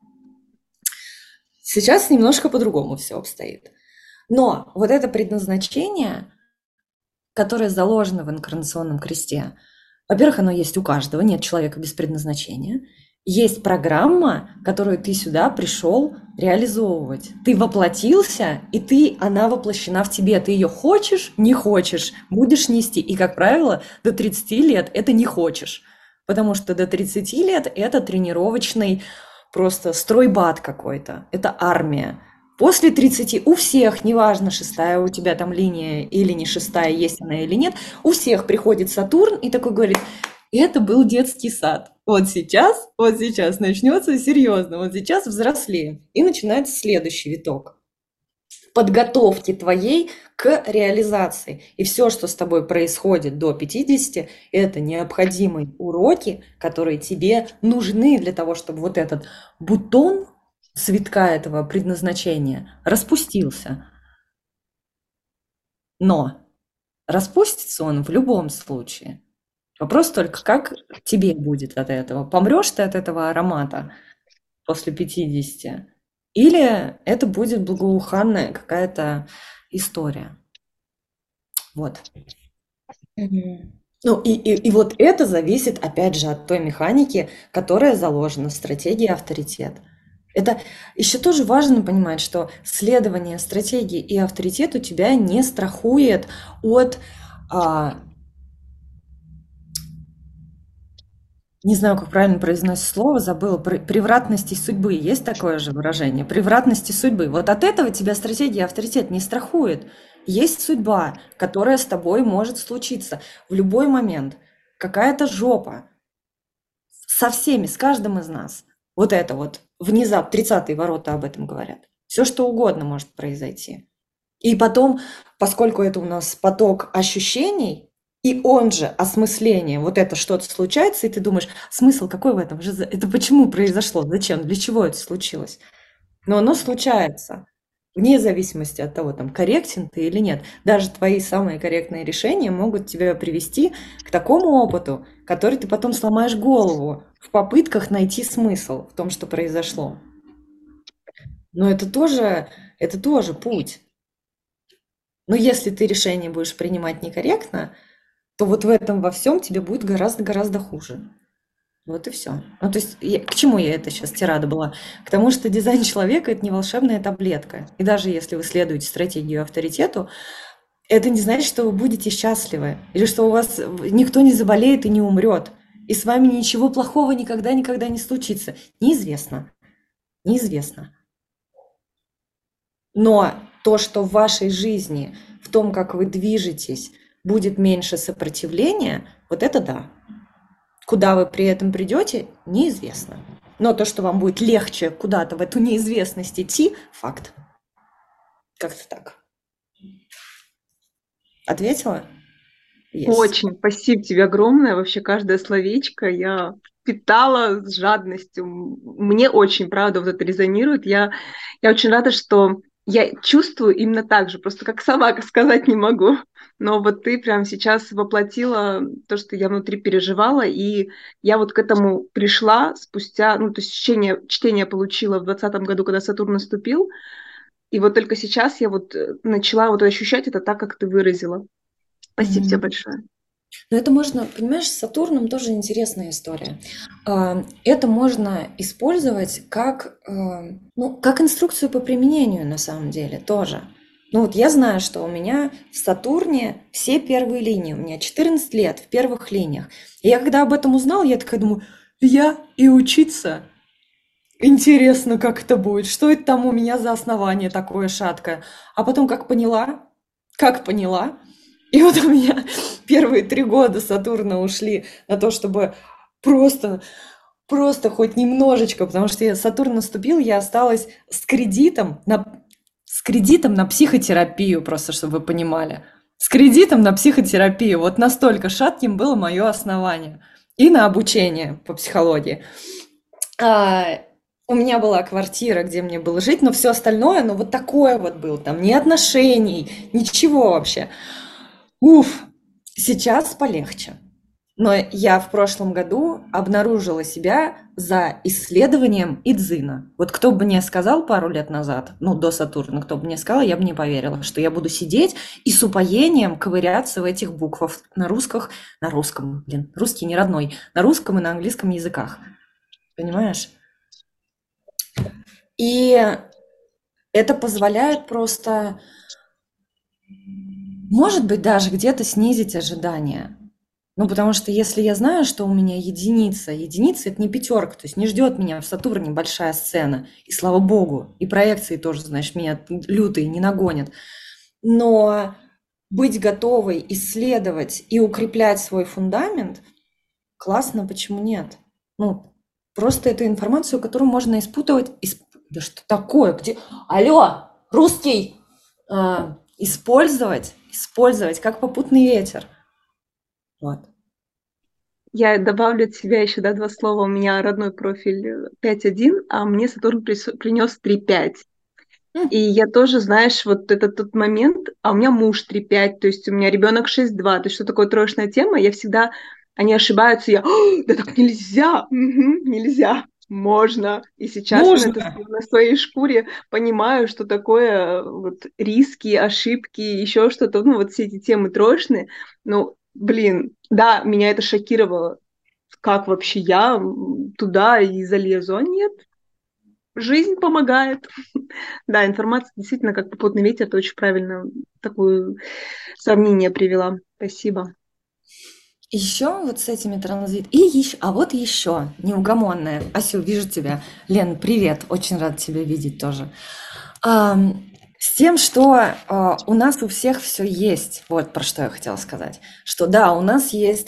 Сейчас немножко по-другому все обстоит. Но вот это предназначение, которое заложено в инкарнационном кресте, во-первых, оно есть у каждого, нет человека без предназначения. Есть программа, которую ты сюда пришел реализовывать. Ты воплотился, и ты, она воплощена в тебе. Ты ее хочешь, не хочешь, будешь нести. И, как правило, до тридцати лет это не хочешь. Потому что до тридцати лет это тренировочный просто стройбат какой-то. Это армия. После тридцати у всех, неважно, шестая у тебя там линия или не шестая, есть она или нет, у всех приходит Сатурн и такой говорит, это был детский сад. Вот сейчас, вот сейчас начнется серьезно, вот сейчас взрослеем. И начинается следующий виток подготовки твоей к реализации. И все, что с тобой происходит до пятидесяти, это необходимые уроки, которые тебе нужны для того, чтобы вот этот бутон цветка этого предназначения распустился. Но распустится он в любом случае. Вопрос только, как тебе будет от этого. Помрешь ты от этого аромата после пятидесяти? Или это будет благоуханная какая-то история. Вот. Мгм. Ну и, и, и вот это зависит, опять же, от той механики, которая заложена в стратегии авторитет. Это еще тоже важно понимать, что следование стратегии и авторитету тебя не страхует от, а, не знаю, как правильно произносить слово, забыла, при- превратности судьбы. Есть такое же выражение? Превратности судьбы. Вот от этого тебя стратегия и авторитет не страхует. Есть судьба, которая с тобой может случиться в любой момент. Какая-то жопа со всеми, с каждым из нас. Вот это вот, внезапно, тридцатые ворота об этом говорят. Все, что угодно может произойти. И потом, поскольку это у нас поток ощущений, и он же осмысление, вот это что-то случается, и ты думаешь, смысл какой в этом? Это почему произошло? Зачем? Для чего это случилось? Но оно случается. Вне зависимости от того, там, корректен ты или нет. Даже твои самые корректные решения могут тебя привести к такому опыту, который ты потом сломаешь голову в попытках найти смысл в том, что произошло. Но это тоже, это тоже путь. Но если ты решение будешь принимать некорректно, то вот в этом во всем тебе будет гораздо-гораздо хуже. Вот и все. Ну, то есть, я- к чему я это сейчас тирада была? К тому, что дизайн человека – это не волшебная таблетка. И даже если вы следуете стратегию авторитету, это не значит, что вы будете счастливы, или что у вас никто не заболеет и не умрет, и с вами ничего плохого никогда-никогда не случится. Неизвестно. Неизвестно. Но то, что в вашей жизни, в том, как вы движетесь, будет меньше сопротивления, вот это да. Куда вы при этом придете, неизвестно. Но то, что вам будет легче куда-то в эту неизвестность идти, факт. Как-то так. Ответила? Есть. Очень, спасибо тебе огромное. Вообще каждое словечко я питала с жадностью. Мне очень, правда, вот это резонирует. Я, я очень рада, что я чувствую именно так же, просто как сама как сказать не могу. Но вот ты прямо сейчас воплотила то, что я внутри переживала, и я вот к этому пришла спустя, ну, то есть чтение, чтение получила в двадцатом году, когда Сатурн наступил, и вот только сейчас я вот э, начала вот ощущать это так, как ты выразила. Спасибо тебе Мгм. большое. Но это можно, понимаешь, с Сатурном тоже интересная история. А, Это можно использовать как, а, ну, как инструкцию по применению на самом деле тоже. Ну вот я знаю, что у меня в Сатурне все первые линии, у меня четырнадцать лет в первых линиях. И я когда об этом узнала, я такая думаю, я и учиться. Интересно, как это будет, что это там у меня за основание такое шаткое. А потом как поняла, как поняла, и вот у меня первые три года Сатурна ушли на то, чтобы просто, просто хоть немножечко, потому что я, Сатурн наступил, я осталась с кредитом на, с кредитом на психотерапию, просто чтобы вы понимали. С кредитом на психотерапию. Вот настолько шатким было мое основание. И на обучение по психологии. А, у меня была квартира, где мне было жить, но все остальное, ну вот такое вот было, там ни отношений, ничего вообще. Уф, сейчас полегче. Но я в прошлом году обнаружила себя за исследованием Идзина. Вот кто бы мне сказал пару лет назад, ну, до Сатурна, кто бы мне сказал, я бы не поверила, что я буду сидеть и с упоением ковыряться в этих буквах на русских, на русском, блин, русский не родной, на русском и на английском языках. Понимаешь? И это позволяет просто, может быть, даже где-то снизить ожидания. Ну, потому что если я знаю, что у меня единица, единица – это не пятерка, то есть не ждет меня в Сатурне большая сцена, и слава богу, и проекции тоже, знаешь, меня лютые не нагонят. Но быть готовой исследовать и укреплять свой фундамент – классно, почему нет? Ну, просто эту информацию, которую можно испытывать, исп- да что такое, где, алло, русский, А, использовать, использовать как попутный ветер. Вот. Я добавлю от себя еще, да, два слова. У меня родной профиль э, пять один, а мне Сатурн прис- принес три пять. М, И я тоже, знаешь, вот этот тот момент, а у меня муж три пять, то есть у меня ребенок шесть два, то есть что такое троечная тема, я всегда, они ошибаются, я, «О, да так нельзя, мгм, нельзя, можно. И сейчас я на, это, Можно. на своей шкуре понимаю, что такое э, вот риски, ошибки, еще что-то, ну вот все эти темы троечные, ну, блин, да, меня это шокировало, как вообще я м, туда и залезу, а нет, жизнь помогает. Да, информация действительно как попутный ветер, ты очень правильно такое сравнение привела. Спасибо. Еще вот с этими транзит. И еще, а вот еще неугомонная. Асю, вижу тебя. Лен, привет. Очень рада тебя видеть тоже. Ам, с тем, что а, у нас у всех все есть. Вот про что я хотела сказать. Что да, у нас есть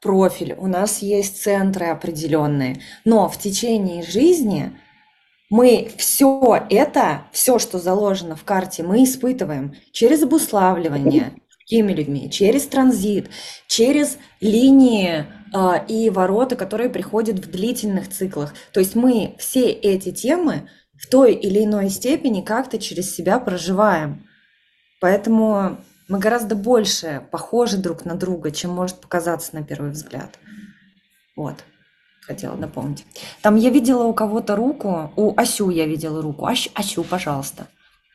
профиль, у нас есть центры определенные, но в течение жизни мы все это, все, что заложено в карте, мы испытываем через обуславливание другими людьми, через транзит, через линии а, и ворота, которые приходят в длительных циклах. То есть мы все эти темы в той или иной степени как-то через себя проживаем. Поэтому мы гораздо больше похожи друг на друга, чем может показаться на первый взгляд. Вот, хотела напомнить. Там я видела у кого-то руку, у Асю я видела руку. Ась, Асю, пожалуйста.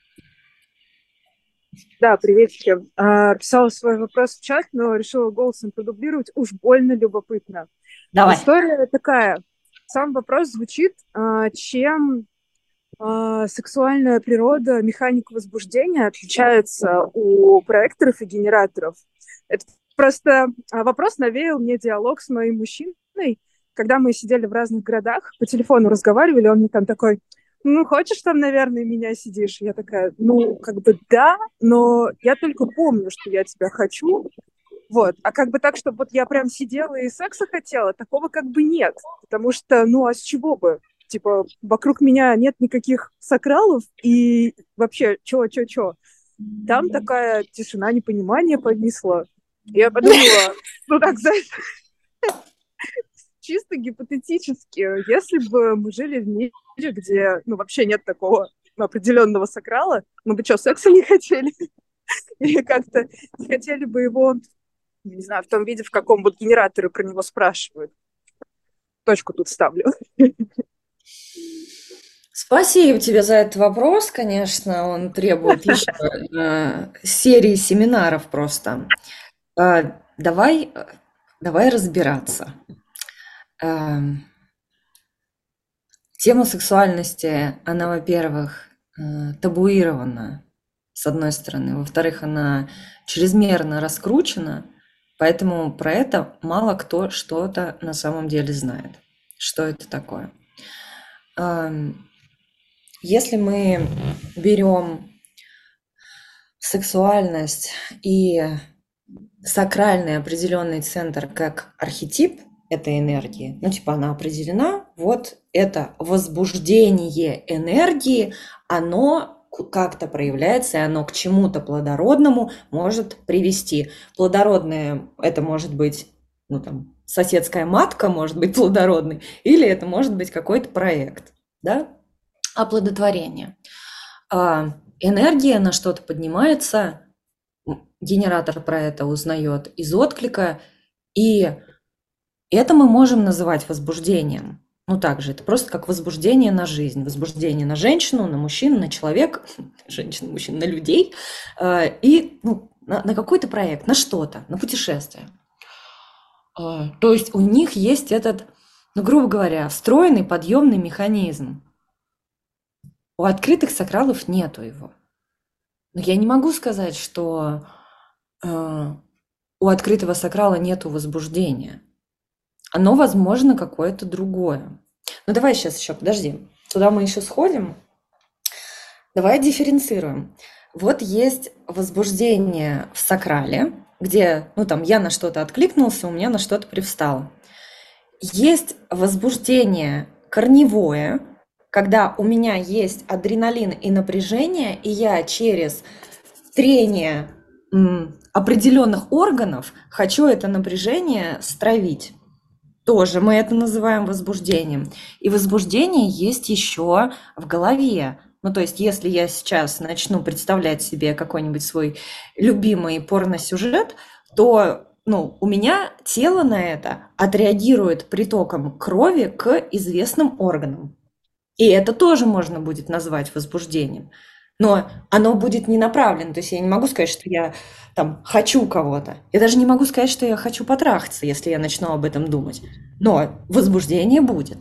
Да, приветики. А, писала свой вопрос в чат, но решила голосом продублировать. Уж больно любопытно. Давай. История такая. Сам вопрос звучит, а, чем а, сексуальная природа, механика возбуждения отличается у проекторов и генераторов. Это просто а, вопрос навеял мне диалог с моим мужчиной, когда мы сидели в разных городах, по телефону разговаривали, он мне там такой: ну, хочешь там, наверное, меня сидишь? Я такая: ну, как бы да, но я только помню, что я тебя хочу. Вот. А как бы так, чтобы вот я прям сидела и секса хотела, такого как бы нет. Потому что, ну, а с чего бы? Типа, вокруг меня нет никаких сакралов, и вообще, чё, чё, чё? Там такая тишина, непонимание повисла. Я подумала, ну так, знаешь, чисто гипотетически, если бы мы жили в мире, где, ну, вообще нет такого определенного сакрала, мы бы что, секса не хотели? Или как-то не хотели бы его, не знаю, в том виде, в каком вот генераторы про него спрашивают. Точку тут ставлю. Спасибо тебе за этот вопрос, конечно, он требует еще э, серии семинаров просто. Э, давай, давай разбираться. Э, тема сексуальности, она, во-первых, э, табуирована, с одной стороны, во-вторых, она чрезмерно раскручена, поэтому про это мало кто что-то на самом деле знает. Что это такое? Э, Если мы берем сексуальность и сакральный определенный центр как архетип этой энергии, ну типа она определена, вот это возбуждение энергии, оно как-то проявляется, и оно к чему-то плодородному может привести. Плодородное это может быть, ну там, соседская матка может быть плодородной, или это может быть какой-то проект, да? Оплодотворение. А, энергия на что-то поднимается, генератор про это узнает из отклика, и это мы можем называть возбуждением. Ну, также это просто как возбуждение на жизнь, возбуждение на женщину, на мужчину, на человека, женщину, мужчину, на людей, а, и ну, на, на какой-то проект, на что-то, на путешествие. А, то есть у них есть этот, ну, грубо говоря, встроенный подъемный механизм. У открытых сакралов нету его. Но я не могу сказать, что э, у открытого сакрала нету возбуждения. Оно, возможно, какое-то другое. Ну давай сейчас еще, подожди. Туда мы еще сходим. Давай дифференцируем. Вот есть возбуждение в сакрале, где, ну там, я на что-то откликнулся, у меня на что-то привстало. Есть возбуждение корневое, когда у меня есть адреналин и напряжение, и я через трение м, определенных органов хочу это напряжение стравить. Тоже мы это называем возбуждением. И возбуждение есть еще в голове. Ну, то есть, если я сейчас начну представлять себе какой-нибудь свой любимый порносюжет, то ну, у меня тело на это отреагирует притоком крови к известным органам. И это тоже можно будет назвать возбуждением. Но оно будет не направлено. То есть я не могу сказать, что я там хочу кого-то. Я даже не могу сказать, что я хочу потрахаться, если я начну об этом думать. Но возбуждение будет.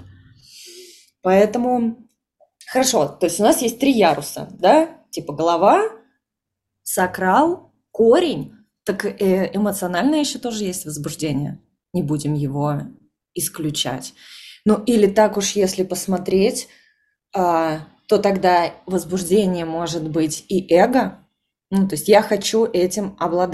Поэтому хорошо. То есть у нас есть три яруса, да? Типа голова, сакрал, корень. Так э, эмоционально еще тоже есть возбуждение. Не будем его исключать. Ну или так уж, если посмотреть, а, то тогда возбуждение может быть и эго. Ну, то есть я хочу этим обладать.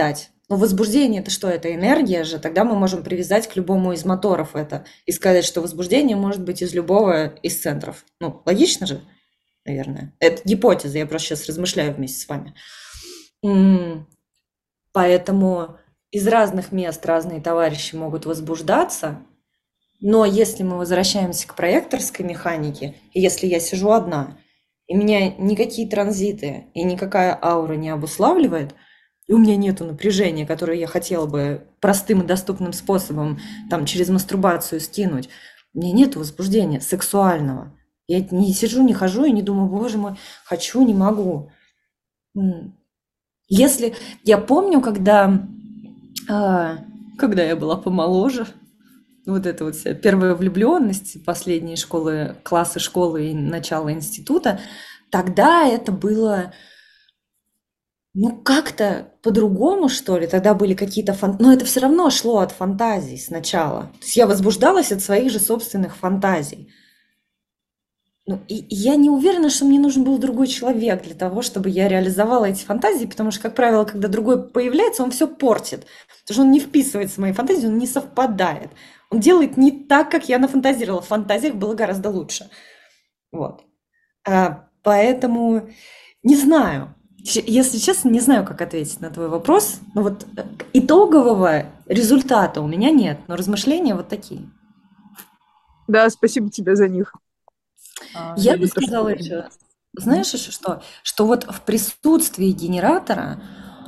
Но возбуждение это что? Это энергия же. Тогда мы можем привязать к любому из моторов это и сказать, что возбуждение может быть из любого из центров. Ну, логично же, наверное. Это гипотеза, я просто сейчас размышляю вместе с вами. М, Поэтому из разных мест разные товарищи могут возбуждаться, но если мы возвращаемся к проекторской механике, и если я сижу одна, и меня никакие транзиты и никакая аура не обуславливает, и у меня нету напряжения, которое я хотела бы простым и доступным способом там через мастурбацию скинуть, у меня нету возбуждения сексуального. Я не сижу, не хожу и не думаю, боже мой, хочу, не могу. М. Если я помню, когда, а, когда я была помоложе, вот это вот вся первая влюбленность, последние школы, классы школы и начало института, тогда это было, ну, как-то по-другому, что ли. Тогда были какие-то фан... Но это все равно шло от фантазий сначала. То есть я возбуждалась от своих же собственных фантазий. Ну, и, и я не уверена, что мне нужен был другой человек для того, чтобы я реализовала эти фантазии, потому что, как правило, когда другой появляется, он все портит. Потому что он не вписывается в мои фантазии, он не совпадает. Он делает не так, как я нафантазировала. В фантазиях было гораздо лучше. Вот. А, поэтому не знаю. Ч- Если честно, не знаю, как ответить на твой вопрос. Но вот э, итогового результата у меня нет, но размышления вот такие. Да, спасибо тебе за них. А, Я бы и то, что сказала ты еще, поделилась. Мгм. знаешь еще что? Что вот в присутствии генератора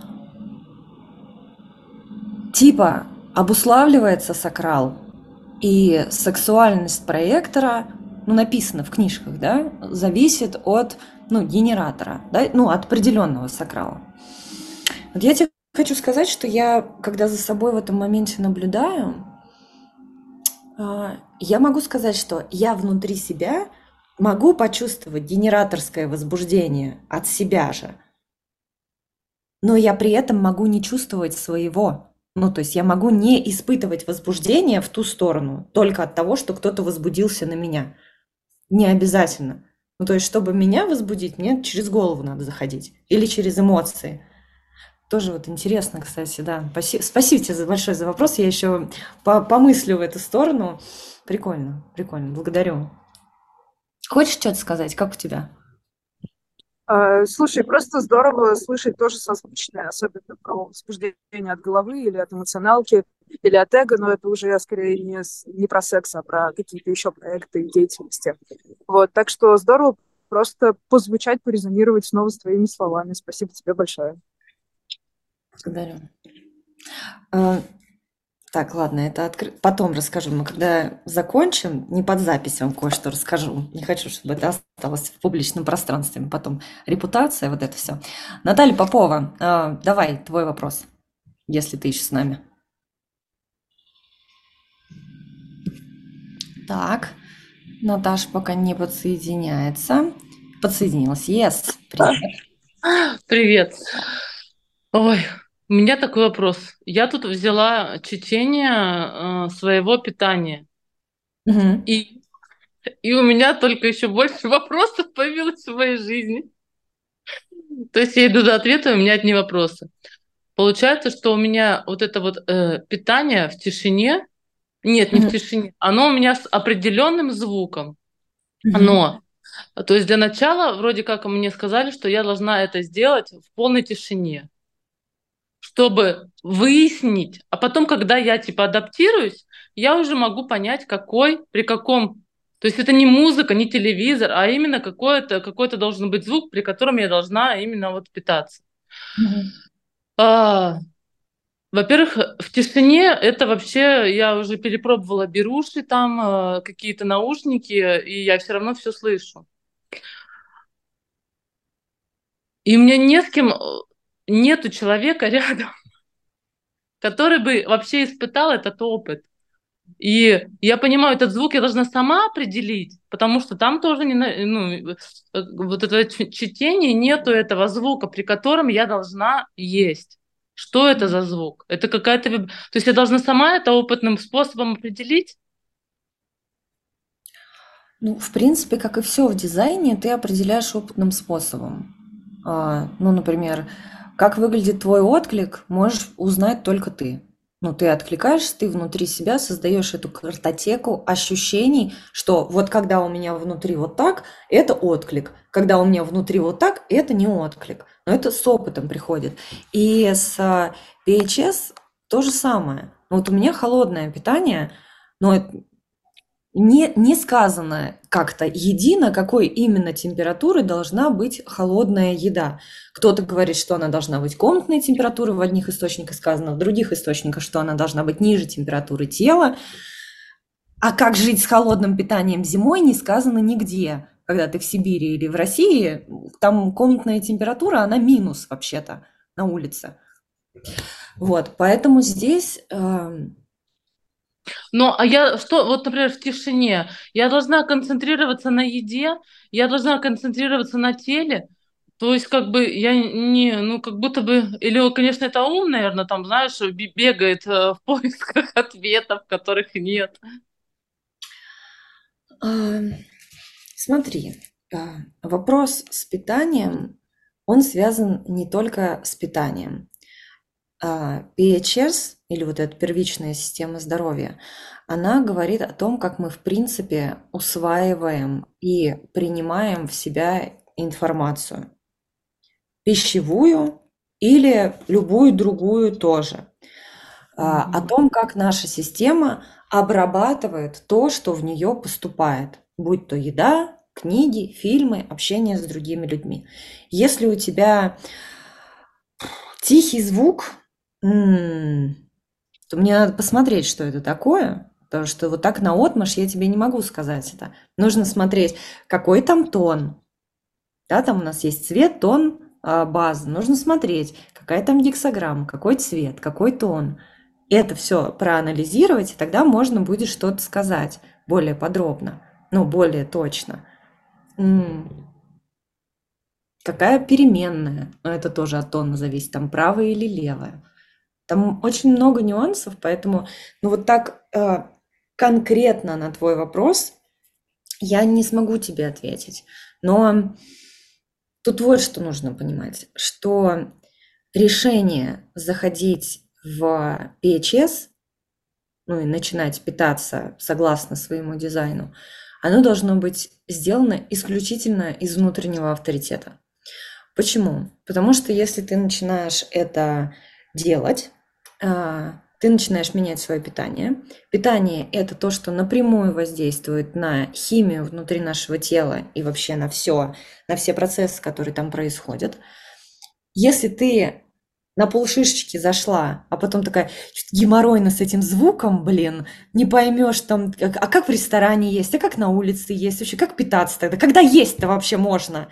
типа обуславливается сакрал и сексуальность проектора, ну, написано в книжках, да, зависит от, ну, генератора, да, ну, от определенного сакрала. Вот я тебе хочу сказать, что я, когда за собой в этом моменте наблюдаю, а, я могу сказать, что я внутри себя могу почувствовать генераторское возбуждение от себя же, но я при этом могу не чувствовать своего. Ну, то есть я могу не испытывать возбуждение в ту сторону только от того, что кто-то возбудился на меня. Не обязательно. Ну, то есть, чтобы меня возбудить, мне через голову надо заходить. Или через эмоции. Тоже вот интересно, кстати, да. Спаси- Спасибо тебе за- большое за вопрос. Я еще по- помыслю в эту сторону. Прикольно, прикольно. Благодарю. Хочешь что-то сказать? Как у тебя? А, Слушай, просто здорово слышать тоже созвучное, особенно про возбуждение от головы или от эмоционалки, или от эго, но это уже скорее не, с- не про секс, а про какие-то еще проекты и деятельности. Вот, так что здорово просто позвучать, порезонировать снова с твоими словами. Спасибо тебе большое. Благодарю. А, Так, ладно, это откры- потом расскажу. Мы когда закончим, не под запись вам кое-что расскажу. Не хочу, чтобы это осталось в публичном пространстве. Потом репутация, вот это все. Наталья Попова, а, давай, твой вопрос, если ты еще с нами. Так, Наташа пока не подсоединяется. Подсоединилась. Yes, привет. Привет. Ой, у меня такой вопрос. Я тут взяла чтение э, своего питания, Мгм. и, и у меня только еще больше вопросов появилось в моей жизни. То есть я иду за ответом, у меня одни вопросы. Получается, что у меня вот это вот э, питание в тишине, нет, не в Мгм. тишине, оно у меня с определенным звуком. Мгм. Оно. То есть для начала вроде как мне сказали, что я должна это сделать в полной тишине, чтобы выяснить, а потом, когда я типа адаптируюсь, я уже могу понять, какой, при каком. То есть это не музыка, не телевизор, а именно какой-то какой-то должен быть звук, при котором я должна именно вот питаться. Мгм. А, во-первых, в тишине это вообще я уже перепробовала беруши там, э, какие-то наушники, и я все равно все слышу. И у меня не с кем, э, нету человека рядом, который бы вообще испытал этот опыт. И я понимаю, этот звук я должна сама определить, потому что там тоже не, на- ну, э, вот это ч- чтение, нету этого звука, при котором я должна есть. Что это за звук? Это какая-то... виб- То есть я должна сама это опытным способом определить? Ну, в принципе, как и все в дизайне, ты определяешь опытным способом. А, ну, например, как выглядит твой отклик, можешь узнать только ты. Ну, ты откликаешься, ты внутри себя создаешь эту картотеку ощущений, что вот когда у меня внутри вот так, это отклик. Когда у меня внутри вот так, это не отклик. Но это с опытом приходит. И с пи эйч эс то же самое. Вот у меня холодное питание, но это не, не сказано как-то едино, какой именно температуры должна быть холодная еда. Кто-то говорит, что она должна быть комнатной температуры, в одних источниках сказано, в других источниках, что она должна быть ниже температуры тела. А как жить с холодным питанием зимой, не сказано нигде. Когда ты в Сибири или в России, там комнатная температура, она минус вообще-то на улице. Вот, поэтому здесь... э, Ну, а я что, вот, например, в тишине, я должна концентрироваться на еде, я должна концентрироваться на теле, то есть как бы я не, ну, как будто бы, или, конечно, это ум, наверное, там, знаешь, бе- бегает э, в поисках ответов, которых нет. а, Смотри, а, вопрос с питанием, он связан не только с питанием. А, пи эйч эс, или вот эта первичная система здоровья, она говорит о том, как мы, в принципе, усваиваем и принимаем в себя информацию. Пищевую или любую другую тоже. А, О Мгм. том, как наша система обрабатывает то, что в нее поступает, будь то еда, книги, фильмы, общение с другими людьми. Если у тебя тихий звук, м, то мне надо посмотреть, что это такое, потому что вот так наотмашь я тебе не могу сказать это. Нужно смотреть, какой там тон. Да, там у нас есть цвет, тон, а, база. Нужно смотреть, какая там гексограмма, какой цвет, какой тон. Это все проанализировать, и тогда можно будет что-то сказать более подробно, ну, более точно. М, Какая переменная, но это тоже от тона зависит, там правая или левая. Там очень много нюансов, поэтому, ну, вот так э, конкретно на твой вопрос я не смогу тебе ответить. Но тут вот что нужно понимать, что решение заходить в пи эйч эс, ну и начинать питаться согласно своему дизайну, оно должно быть сделано исключительно из внутреннего авторитета. Почему? Потому что если ты начинаешь это делать, а, ты начинаешь менять свое питание. Питание – это то, что напрямую воздействует на химию внутри нашего тела и вообще на все, на все процессы, которые там происходят. Если ты на полшишечки зашла, а потом такая чё-то геморройно с этим звуком, блин, не поймешь там, как- а как в ресторане есть, а как на улице есть, вообще как питаться тогда, когда есть-то вообще можно?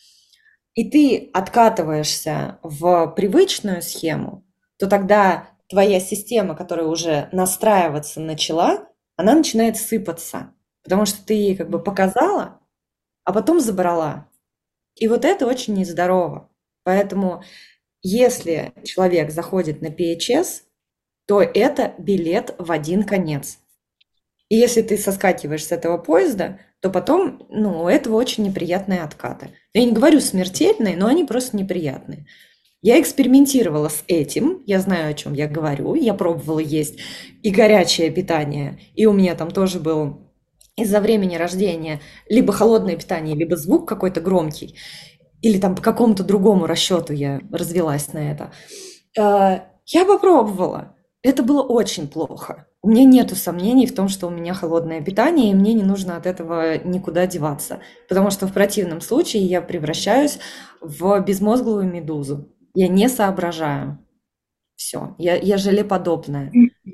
И ты откатываешься в привычную схему, то тогда твоя система, которая уже настраиваться начала, она начинает сыпаться, потому что ты ей как бы показала, а потом забрала. И вот это очень нездорово. Поэтому если человек заходит на пи эйч эс, то это билет в один конец. И если ты соскакиваешь с этого поезда, то потом, ну, у этого очень неприятные откаты. Я не говорю смертельные, но они просто неприятные. Я экспериментировала с этим, я знаю, о чем я говорю, я пробовала есть и горячее питание, и у меня там тоже был из-за времени рождения либо холодное питание, либо звук какой-то громкий, или там по какому-то другому расчету я развелась на это. Э, Я попробовала. Это было очень плохо. У меня нету сомнений в том, что у меня холодное питание, и мне не нужно от этого никуда деваться. Потому что в противном случае я превращаюсь в безмозглую медузу. Я не соображаю. Все, я, я желеподобная.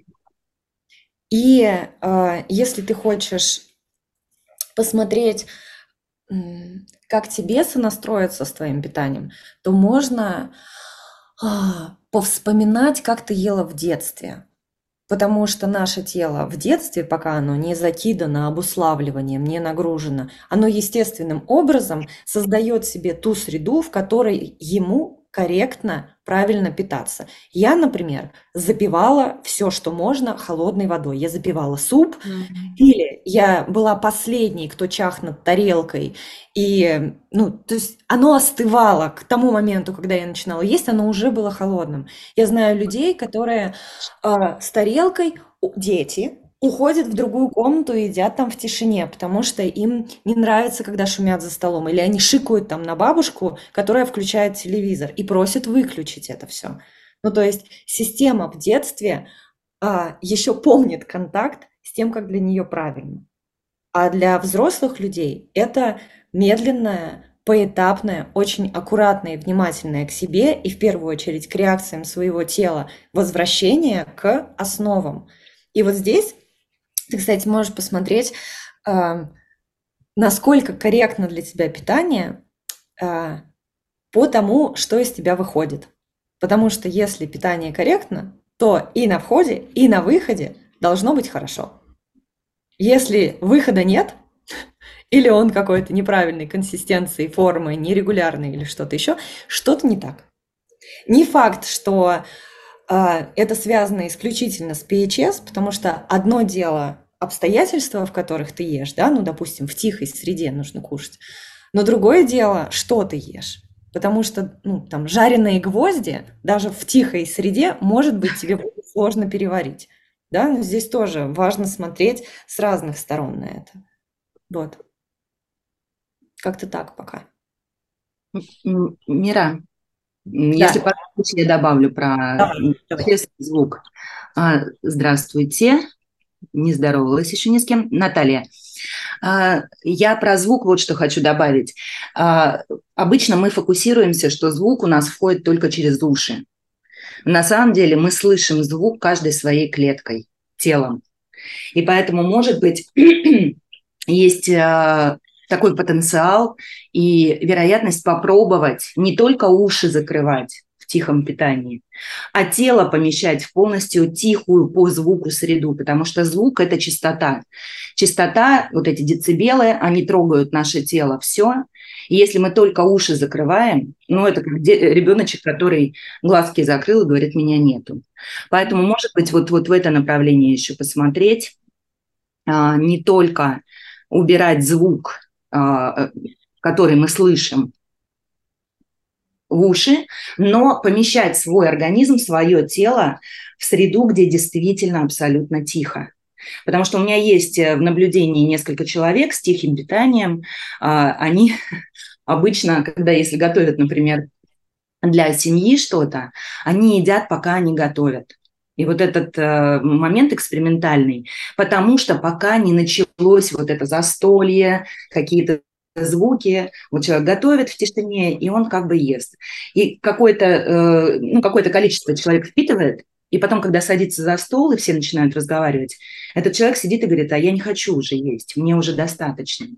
И э, если ты хочешь посмотреть, м, как тебе сонастроиться с твоим питанием, то можно а, повспоминать, как ты ела в детстве. Потому что наше тело в детстве, пока оно не закидано обуславливанием, не нагружено, оно естественным образом создает себе ту среду, в которой ему корректно, правильно питаться. Я, например, запивала все, что можно, холодной водой. Я запивала суп, Мгм. или я была последней, кто чах над тарелкой, и, ну, то есть оно остывало к тому моменту, когда я начинала есть, оно уже было холодным. Я знаю людей, которые а, с тарелкой, у- дети, уходят в другую комнату и едят там в тишине, потому что им не нравится, когда шумят за столом, или они шикают там на бабушку, которая включает телевизор, и просят выключить это все. Ну, то есть система в детстве а, еще помнит контакт с тем, как для нее правильно. А для взрослых людей это медленное, поэтапное, очень аккуратное и внимательное к себе и в первую очередь к реакциям своего тела возвращение к основам. И вот здесь ты, кстати, можешь посмотреть, а, насколько корректно для тебя питание а, по тому, что из тебя выходит. Потому что если питание корректно, то и на входе, и на выходе должно быть хорошо. Если выхода нет, или он какой-то неправильной консистенции, формы, нерегулярный или что-то еще, что-то не так. Не факт, что а, это связано исключительно с пи эйч эс, потому что одно дело обстоятельства, в которых ты ешь, да, ну, допустим, в тихой среде нужно кушать, но другое дело, что ты ешь. Потому что, ну, там, жареные гвозди даже в тихой среде, может быть, тебе будет сложно переварить. Да, но здесь тоже важно смотреть с разных сторон на это. Вот. Как-то так пока. М, Мира, м, Да, если позволите, я добавлю про давай, м, давай. естественный звук. А, Здравствуйте, не здоровалась еще ни с кем. Наталья, а, я про звук вот что хочу добавить. А, Обычно мы фокусируемся, что звук у нас входит только через уши. На самом деле мы слышим звук каждой своей клеткой, телом. И поэтому, может быть, есть а, такой потенциал и вероятность попробовать не только уши закрывать в тихом питании, а тело помещать в полностью тихую по звуку среду, потому что звук – это частота. Частота, вот эти децибелы, они трогают наше тело, все. И если мы только уши закрываем, ну, это как де- ребеночек, который глазки закрыл и говорит, меня нету. Поэтому, может быть, вот, вот в это направление еще посмотреть, а, не только убирать звук, а, который мы слышим, в уши, но помещать свой организм, свое тело в среду, где действительно абсолютно тихо. Потому что у меня есть в наблюдении несколько человек с тихим питанием. А, Они обычно, когда если готовят, например, для семьи что-то, они едят, пока они готовят. И вот этот э, момент экспериментальный, потому что пока не началось вот это застолье, какие-то звуки, вот человек готовит в тишине, и он как бы ест. И какое-то, э, ну, какое-то количество человек впитывает, и потом, когда садится за стол, и все начинают разговаривать, этот человек сидит и говорит, а я не хочу уже есть, мне уже достаточно.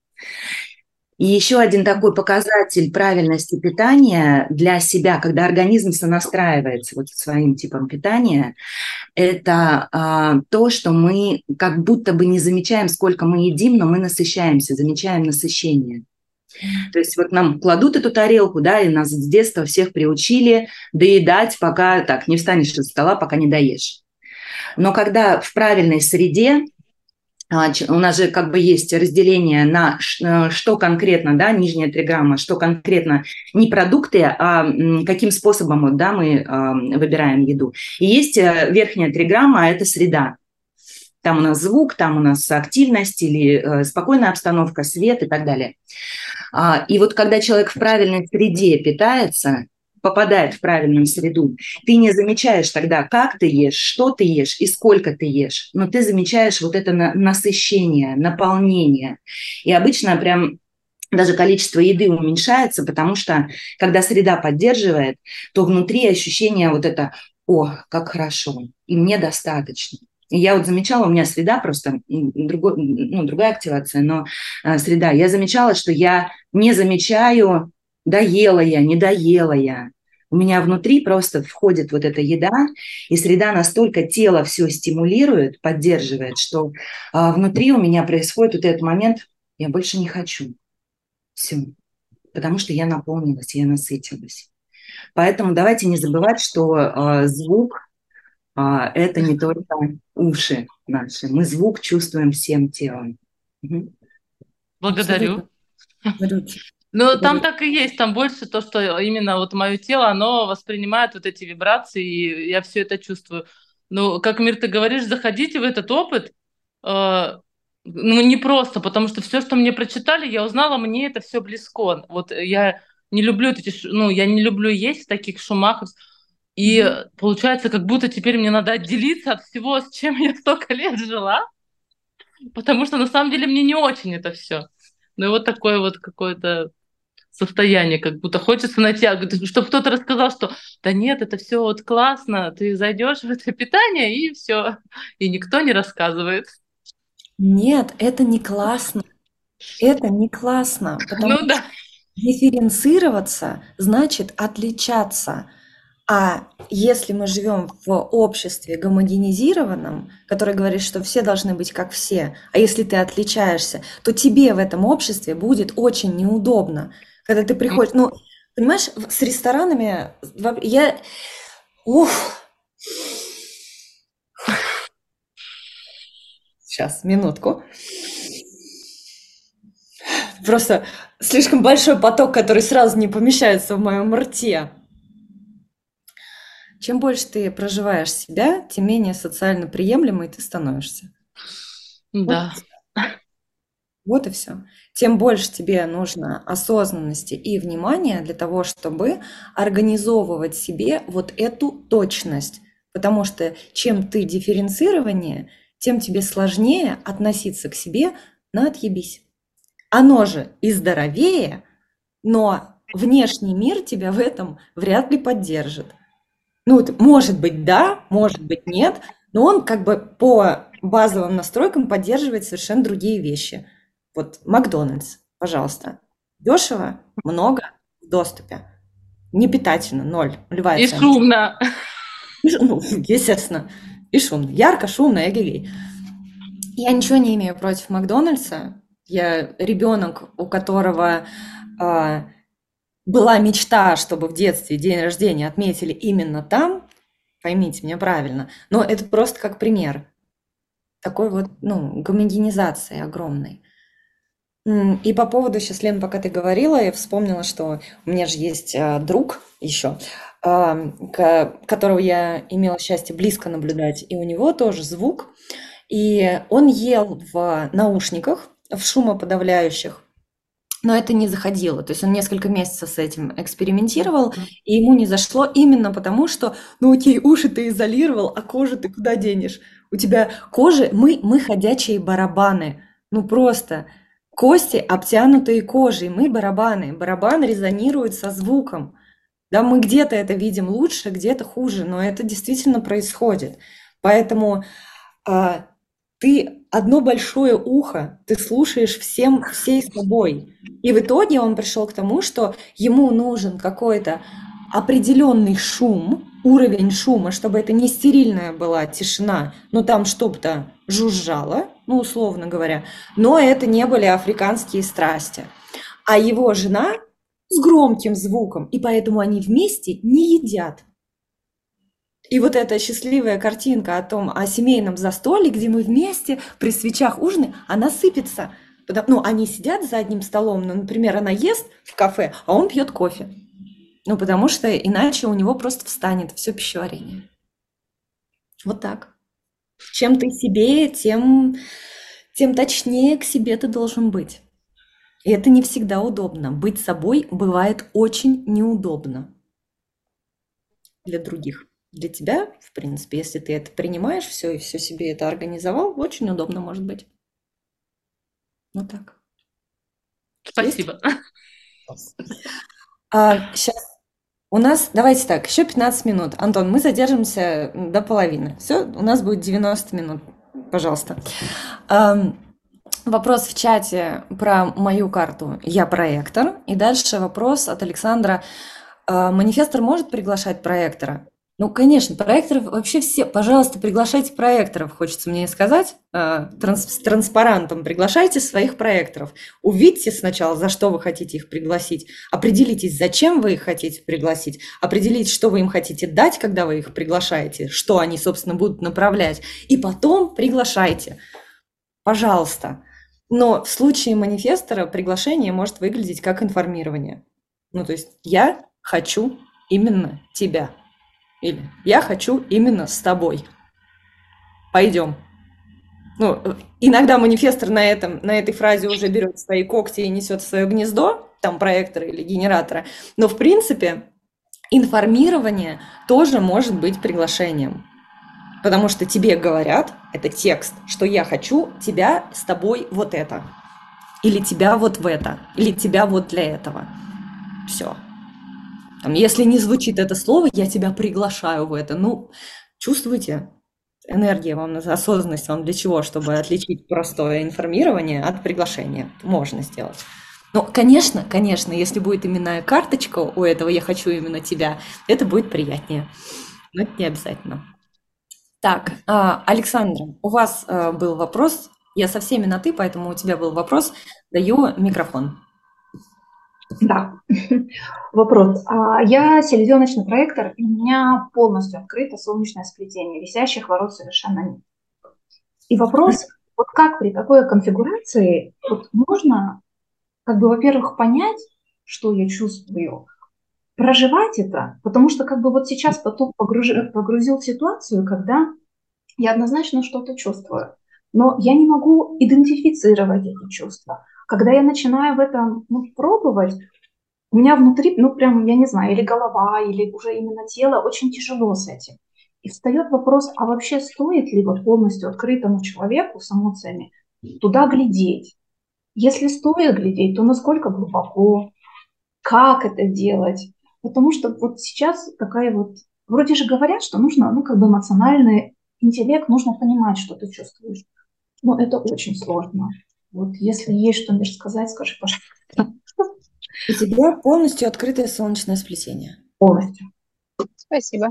И еще один такой показатель правильности питания для себя, когда организм сонастраивается вот со своим типом питания, это а, то, что мы как будто бы не замечаем, сколько мы едим, но мы насыщаемся, замечаем насыщение. То есть вот нам кладут эту тарелку, да, и нас с детства всех приучили доедать, пока так не встанешь из стола, пока не доешь. Но когда в правильной среде, у нас же как бы есть разделение на что конкретно, да, нижняя триграмма, что конкретно не продукты, а каким способом, да, мы выбираем еду. И есть верхняя триграмма, а это среда. Там у нас звук, там у нас активность или спокойная обстановка, свет и так далее. И вот когда человек в правильной среде питается, попадает в правильную среду, ты не замечаешь тогда, как ты ешь, что ты ешь и сколько ты ешь, но ты замечаешь вот это насыщение, наполнение. И обычно прям даже количество еды уменьшается, потому что когда среда поддерживает, то внутри ощущение вот это «О, как хорошо, и мне достаточно». И я вот замечала, у меня среда просто, другой, ну, другая активация, но э, среда. Я замечала, что я не замечаю, доела я, не доела я. У меня внутри просто входит вот эта еда, и среда настолько тело все стимулирует, поддерживает, что э, внутри у меня происходит вот этот момент «я больше не хочу». Все. Потому что я наполнилась, я насытилась. Поэтому давайте не забывать, что э, звук э, это не только уши наши. Мы звук чувствуем всем телом. Мгм. Благодарю. Абсолютно. Абсолютно. Ну, там Говорю. так и есть, там больше то, что именно вот мое тело, оно воспринимает вот эти вибрации, и я все это чувствую. Ну, как, Мир, ты говоришь, заходите в этот опыт, э, ну, не просто, потому что все, что мне прочитали, я узнала, мне это все близко. Вот я не люблю эти, ш- ну, я не люблю есть в таких шумах, и Мгм. получается, как будто теперь мне надо отделиться от всего, с чем я столько лет жила, потому что на самом деле мне не очень это все. Ну, и вот такое вот какое-то состояние, как будто хочется найти, чтобы кто-то рассказал, что да нет, это все вот классно, ты зайдешь в это питание и все, и никто не рассказывает. Нет, это не классно. Это не классно, потому Ну что да. дифференцироваться значит отличаться. А если мы живем в обществе гомогенизированном, которое говорит, что все должны быть как все, а если ты отличаешься, то тебе в этом обществе будет очень неудобно. Когда ты приходишь, ну, понимаешь, в- с ресторанами во- я, ух, сейчас, минутку. Просто слишком большой поток, который сразу не помещается в моем рте. Чем больше ты проживаешь себя, тем менее социально приемлемой ты становишься. Вот и Да. всё. Вот и все. Тем больше тебе нужно осознанности и внимания для того, чтобы организовывать себе вот эту точность. Потому что чем ты дифференцированнее, тем тебе сложнее относиться к себе на отъебись. Оно же и здоровее, но внешний мир тебя в этом вряд ли поддержит. Ну, вот, может быть, да, может быть, нет, но он как бы по базовым настройкам поддерживает совершенно другие вещи. Вот Макдональдс, пожалуйста. Дешево, много, в доступе. Не питательно, ноль, нулевая И ценность. шумно. Ну, естественно, и шумно. Ярко, шумно, эгегей. Я ничего не имею против Макдональдса. Я ребенок, у которого а, была мечта, чтобы в детстве день рождения отметили именно там, поймите меня правильно, но это просто как пример такой вот, ну, гомогенизации огромной. М, И по поводу, сейчас, Лен, пока ты говорила, я вспомнила, что у меня же есть а, друг еще, а, ко- которого я имела счастье близко наблюдать, и у него тоже звук, и он ел в наушниках, в шумоподавляющих, но это не заходило. То есть он несколько месяцев с этим экспериментировал, и ему не зашло именно потому, что, ну окей, уши ты изолировал, а кожу ты куда денешь? У тебя кожа, мы, мы ходячие барабаны. Ну просто кости, обтянутые кожей, мы барабаны. Барабан резонирует со звуком. Да, мы где-то это видим лучше, где-то хуже, но это действительно происходит. Поэтому а, ты одно большое ухо, ты слушаешь всем, всей собой. И в итоге он пришел к тому, что ему нужен какой-то определенный шум, уровень шума, чтобы это не стерильная была тишина, но там что-то жужжало, ну, условно говоря, но это не были африканские страсти. А его жена с громким звуком, и поэтому они вместе не едят. И вот эта счастливая картинка о том, о семейном застолье, где мы вместе при свечах ужины, она сыпется. Потому- ну, они сидят за одним столом, ну, например, она ест в кафе, а он пьет кофе. Ну, потому что иначе у него просто встанет все пищеварение. Вот так. Чем ты себе, тем, тем точнее к себе ты должен быть. И это не всегда удобно. Быть собой бывает очень неудобно для других. Для тебя, в принципе, если ты это принимаешь, все и все себе это организовал, очень удобно может быть. Вот так. Есть? Спасибо. А, сейчас у нас, давайте так, еще пятнадцать минут. Антон, мы задержимся м, до половины. Все, у нас будет девяносто минут. Пожалуйста. Ам, Вопрос в чате про мою карту. Я проектор. И дальше вопрос от Александра. А, Манифестор может приглашать проектора? Ну, конечно, проекторов вообще все, пожалуйста, приглашайте проекторов, хочется мне сказать, э, транс- с транспарантом приглашайте своих проекторов. Увидьте сначала, за что вы хотите их пригласить, определитесь, зачем вы их хотите пригласить, определитесь, что вы им хотите дать, когда вы их приглашаете, что они, собственно, будут направлять, и потом приглашайте, пожалуйста. Но в случае манифестора приглашение может выглядеть как информирование. Ну, то есть я хочу именно тебя. Или я хочу именно с тобой. Пойдем. Ну, иногда манифестор на этом, на этой фразе уже берет свои когти и несет в свое гнездо, там проектора или генератора. Но в принципе информирование тоже может быть приглашением. Потому что тебе говорят, это текст, что я хочу тебя с тобой вот это. Или тебя вот в это. Или тебя вот для этого. Все. Там, если не звучит это слово, я тебя приглашаю в это. Ну, чувствуете, энергия вам, осознанность вам для чего? Чтобы отличить простое информирование от приглашения. Можно сделать. Но, конечно, конечно, если будет именная карточка у этого «я хочу именно тебя», это будет приятнее. Но это не обязательно. Так, а, Александра, у вас а, был вопрос. Я со всеми на «ты», поэтому у тебя был вопрос. Даю микрофон. Да, вопрос. А, Я селезеночный проектор, и у меня полностью открыто солнечное сплетение, висящих ворот совершенно нет. И вопрос, вот как при такой конфигурации вот можно, как бы, во-первых, понять, что я чувствую, проживать это, потому что как бы вот сейчас потом погруж- погрузил в ситуацию, когда я однозначно что-то чувствую, но я не могу идентифицировать эти чувства. Когда я начинаю в этом, ну, пробовать, у меня внутри, ну, прям, я не знаю, или голова, или уже именно тело, очень тяжело с этим. И встает вопрос, а вообще стоит ли вот полностью открытому человеку с эмоциями туда глядеть? Если стоит глядеть, то насколько глубоко, как это делать? Потому что вот сейчас такая вот, вроде же говорят, что нужно, ну, как бы эмоциональный интеллект, нужно понимать, что ты чувствуешь. Но это очень сложно. Вот если есть что мне сказать, скажи, пожалуйста. У тебя полностью открытое солнечное сплетение. Полностью. Спасибо.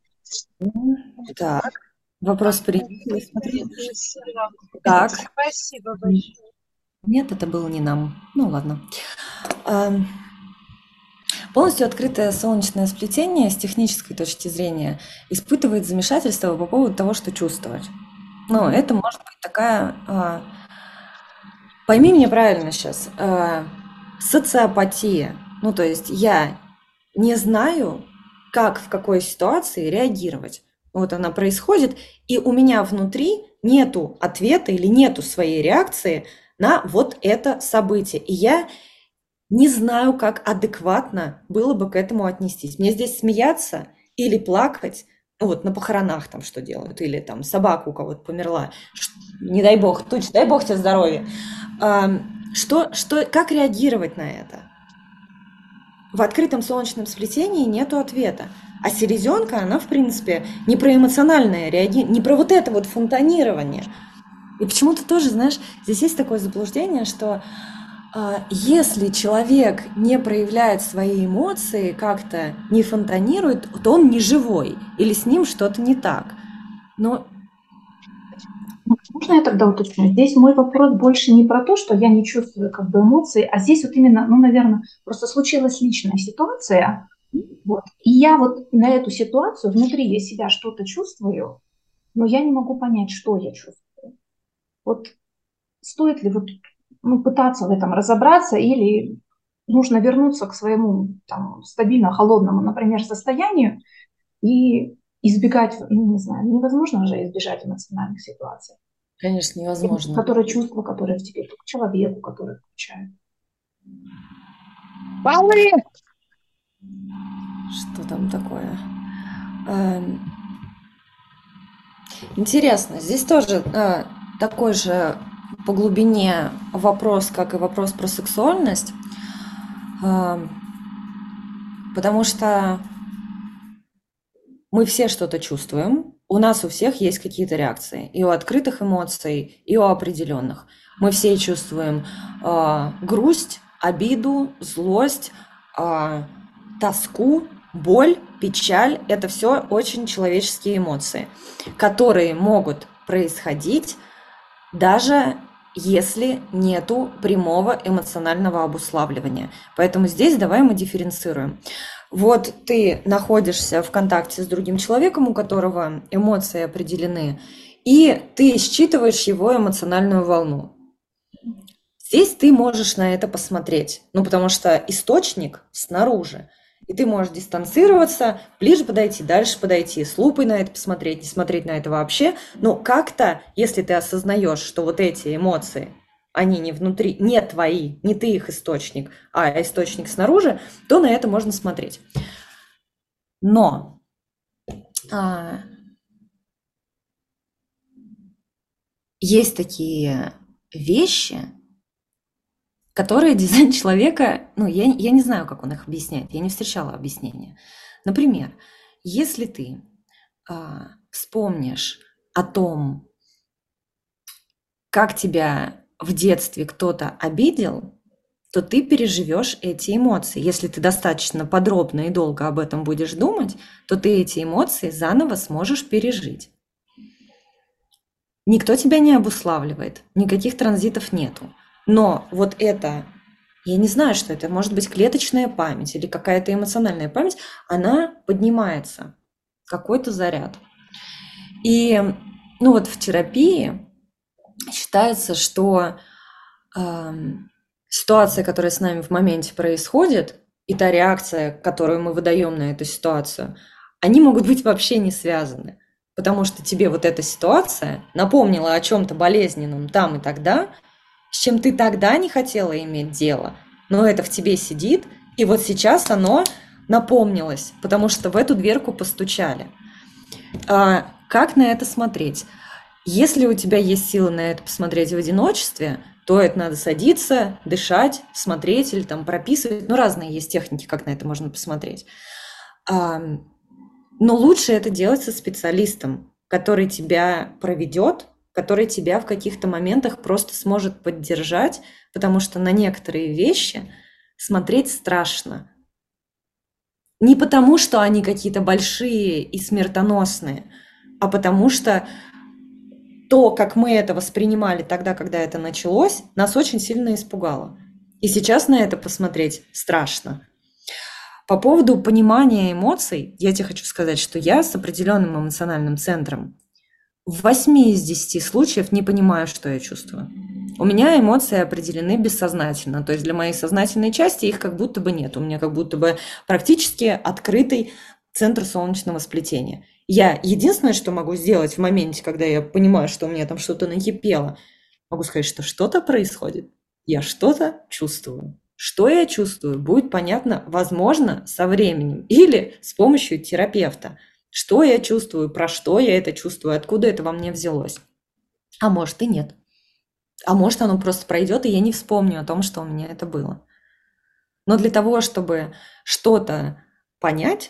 Так, вопрос принят. Я смотрю. Спасибо. Так, Спасибо большое. нет, это было не нам. Ну ладно. Ам, Полностью открытое солнечное сплетение с технической точки зрения испытывает замешательство по поводу того, что чувствовать. Ну, это может быть такая, а, пойми меня правильно сейчас, а, социопатия. Ну, то есть я не знаю, как в какой ситуации реагировать. Вот она происходит, и у меня внутри нету ответа или нету своей реакции на вот это событие. И я не знаю, как адекватно было бы к этому отнестись. Мне здесь смеяться или плакать, ну вот на похоронах там что делают, или там собака у кого-то померла, Ш- не дай бог, туч, дай бог тебе здоровья. Ам, Что, что, как реагировать на это? В открытом солнечном сплетении нету ответа. А селезенка, она, в принципе, не про эмоциональное реагирование, не про вот это вот фонтанирование. И почему-то тоже, знаешь, здесь есть такое заблуждение, что а, если человек не проявляет свои эмоции, как-то не фонтанирует, то он не живой, или с ним что-то не так. Но Можно я тогда уточню? Здесь мой вопрос больше не про то, что я не чувствую как бы эмоции, а здесь вот именно, ну, наверное, просто случилась личная ситуация, вот, и я вот на эту ситуацию внутри я себя что-то чувствую, но я не могу понять, что я чувствую. Вот стоит ли вот, ну, пытаться в этом разобраться или нужно вернуться к своему там, стабильно холодному, например, состоянию и избегать, ну, не знаю, невозможно же избежать эмоциональных ситуаций. конечно, невозможно. Которые чувства, которые в тебе, к человеку, который включает. Полы! Что там такое? Эм, Интересно, здесь тоже э, такой же по глубине вопрос, как и вопрос про сексуальность, Эм, потому что мы все что-то чувствуем, у нас у всех есть какие-то реакции, и у открытых эмоций, и у определенных. Мы все чувствуем э, грусть, обиду, злость, э, тоску, Боль, печаль – это все очень человеческие эмоции, которые могут происходить даже если нету прямого эмоционального обуславливания. Поэтому здесь давай мы дифференцируем. Вот ты находишься в контакте с другим человеком, у которого эмоции определены, и ты считываешь его эмоциональную волну. Здесь ты можешь на это посмотреть, ну потому что источник снаружи, и ты можешь дистанцироваться, ближе подойти, дальше подойти, с лупой на это посмотреть, не смотреть на это вообще. Но как-то, если ты осознаешь, что вот эти эмоции, они не внутри, не твои, не ты их источник, а источник снаружи, то на это можно смотреть. Но а, есть такие вещи, которые дизайн человека, ну, я, я не знаю, как он их объясняет, я не встречала объяснения. Например, если ты а, вспомнишь о том, как тебя в детстве кто-то обидел, то ты переживешь эти эмоции. Если ты достаточно подробно и долго об этом будешь думать, то ты эти эмоции заново сможешь пережить. Никто тебя не обуславливает, никаких транзитов нету. Но вот это, я не знаю, что это, может быть клеточная память или какая-то эмоциональная память, она поднимается, какой-то заряд. И ну вот в терапии считается, что э, ситуация, которая с нами в моменте происходит, и та реакция, которую мы выдаем на эту ситуацию, они могут быть вообще не связаны. Потому что тебе вот эта ситуация напомнила о чем-то болезненном там и тогда, с чем ты тогда не хотела иметь дело, но это в тебе сидит, и вот сейчас оно напомнилось, потому что в эту дверку постучали. А как на это смотреть? Если у тебя есть силы на это посмотреть в одиночестве, то это надо садиться, дышать, смотреть или там прописывать. Ну, разные есть техники, как на это можно посмотреть. А, но лучше это делать со специалистом, который тебя проведет, который тебя в каких-то моментах просто сможет поддержать, потому что на некоторые вещи смотреть страшно. Не потому, что они какие-то большие и смертоносные, а потому что то, как мы это воспринимали тогда, когда это началось, нас очень сильно испугало. И сейчас на это посмотреть страшно. По поводу понимания эмоций, я тебе хочу сказать, что я с определенным эмоциональным центром в восьми из десяти случаев не понимаю, что я чувствую. У меня эмоции определены бессознательно, то есть для моей сознательной части их как будто бы нет. У меня как будто бы практически открытый центр солнечного сплетения. Я единственное, что могу сделать в моменте, когда я понимаю, что у меня там что-то накипело, могу сказать, что что-то происходит. Я что-то чувствую. Что я чувствую, будет понятно, возможно, со временем или с помощью терапевта. Что я чувствую, про что я это чувствую, откуда это во мне взялось. А может и нет. А может оно просто пройдет, и я не вспомню о том, что у меня это было. Но для того, чтобы что-то понять,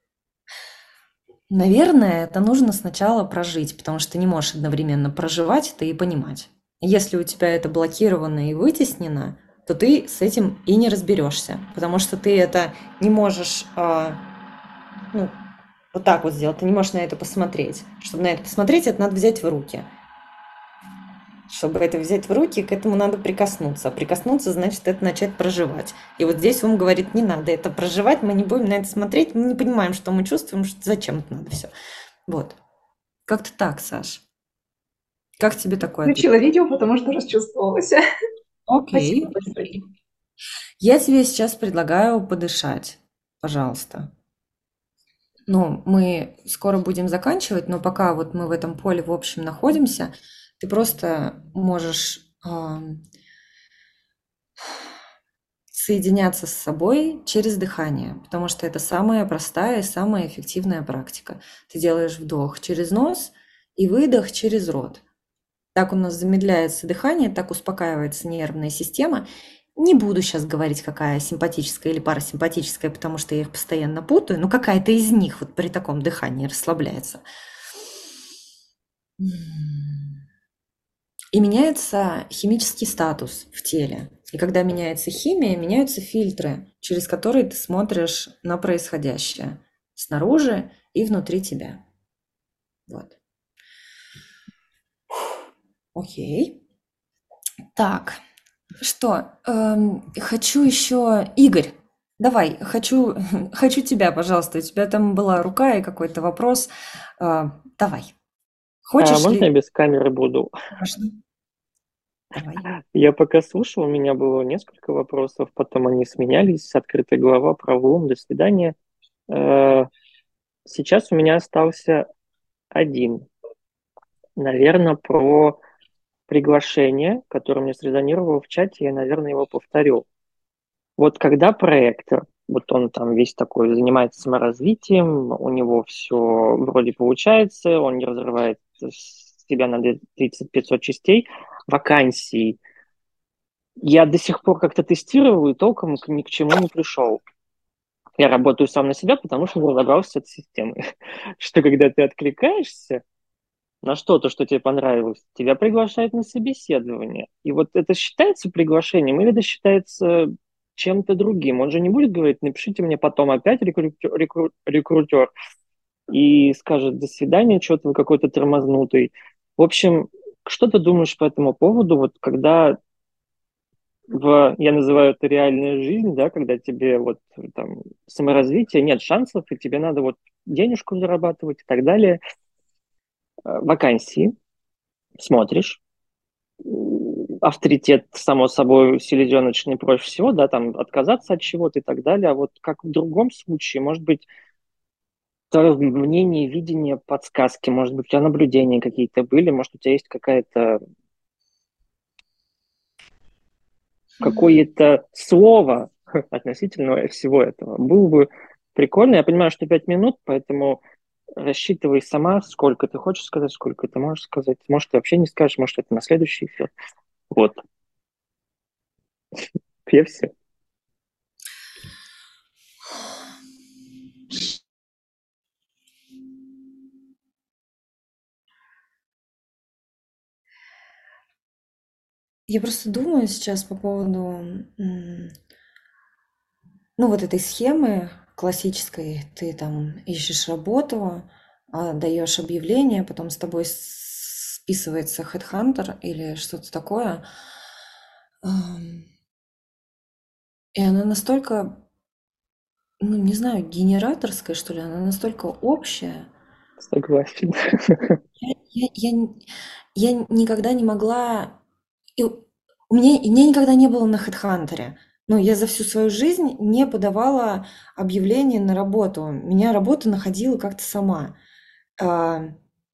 наверное, это нужно сначала прожить, потому что ты не можешь одновременно проживать это и понимать. Если у тебя это блокировано и вытеснено, то ты с этим и не разберешься, потому что ты это не можешь... А, ну, вот так вот сделать, ты не можешь на это посмотреть. Чтобы на это посмотреть, это надо взять в руки. Чтобы это взять в руки, к этому надо прикоснуться. А прикоснуться, значит, это начать проживать. И вот здесь ум говорит, не надо это проживать, мы не будем на это смотреть, мы не понимаем, что мы чувствуем, что зачем это надо все. Вот. Как-то так, Саш. Как тебе такое? Включила видео, потому что расчувствовалась. Окей. Спасибо большое. Я тебе сейчас предлагаю подышать, пожалуйста. Ну, мы скоро будем заканчивать, но пока вот мы в этом поле, в общем, находимся, ты просто можешь э, соединяться с собой через дыхание, потому что это самая простая и самая эффективная практика. Ты делаешь вдох через нос и выдох через рот. Так у нас замедляется дыхание, так успокаивается нервная система. Не буду сейчас говорить, какая симпатическая или парасимпатическая, потому что я их постоянно путаю, но какая-то из них вот при таком дыхании расслабляется. И меняется химический статус в теле. И когда меняется химия, меняются фильтры, через которые ты смотришь на происходящее снаружи и внутри тебя. Вот. Окей. Так, что? Эм, хочу еще... Игорь, давай, хочу, хочу тебя, пожалуйста. У тебя там была рука и какой-то вопрос. Э, давай. А Хочешь можно я ли... без камеры буду? Можно. Давай. Я пока слушал, у меня было несколько вопросов, потом они сменялись. Открытая глава, правый ум, до свидания. Э, Сейчас у меня остался один. Наверное, про приглашение, которое мне срезонировало в чате, я, наверное, его повторю. Вот когда проектор, вот он там весь такой занимается саморазвитием, у него все вроде получается, он не разрывает себя на тридцать пятьсот частей, вакансий я до сих пор как-то тестировал и толком ни к чему не пришел. Я работаю сам на себя, потому что не разобрался с этой системой. Что когда ты откликаешься на что-то, что тебе понравилось, тебя приглашают на собеседование. И вот это считается приглашением или это считается чем-то другим? Он же не будет говорить, напишите мне потом опять рекрутер, рекру, рекрутер и скажет, до свидания, что-то вы какой-то тормознутый. В общем, что ты думаешь по этому поводу, вот когда в, я называю это реальная жизнь, да, когда тебе вот там саморазвитие, нет шансов, и тебе надо вот денежку зарабатывать и так далее. Вакансии, смотришь, авторитет, само собой, селезеночный проще всего, да, там отказаться от чего-то и так далее. А вот как в другом случае, может быть, твое мнение, видение, подсказки, может быть, у тебя наблюдения какие-то были, может, у тебя есть какая-то какое-то слово относительно всего этого. Было бы прикольно. Я понимаю, что пять минут, поэтому рассчитывай сама, сколько ты хочешь сказать, сколько ты можешь сказать. Может, ты вообще не скажешь, может, это на следующий эфир. Вот. Я все. Я просто думаю сейчас по поводу, м, ну, вот этой схемы классической. Ты там ищешь работу, а, даешь объявление, потом с тобой с- списывается хедхантер или что-то такое. Ам, И она настолько, ну, не знаю, генераторская, что ли, она настолько общая. Согласен. Я, я, я н- я никогда не могла... И у меня, и меня никогда не было на HeadHunter. Ну, я за всю свою жизнь не подавала объявления на работу. Меня работа находила как-то сама. А,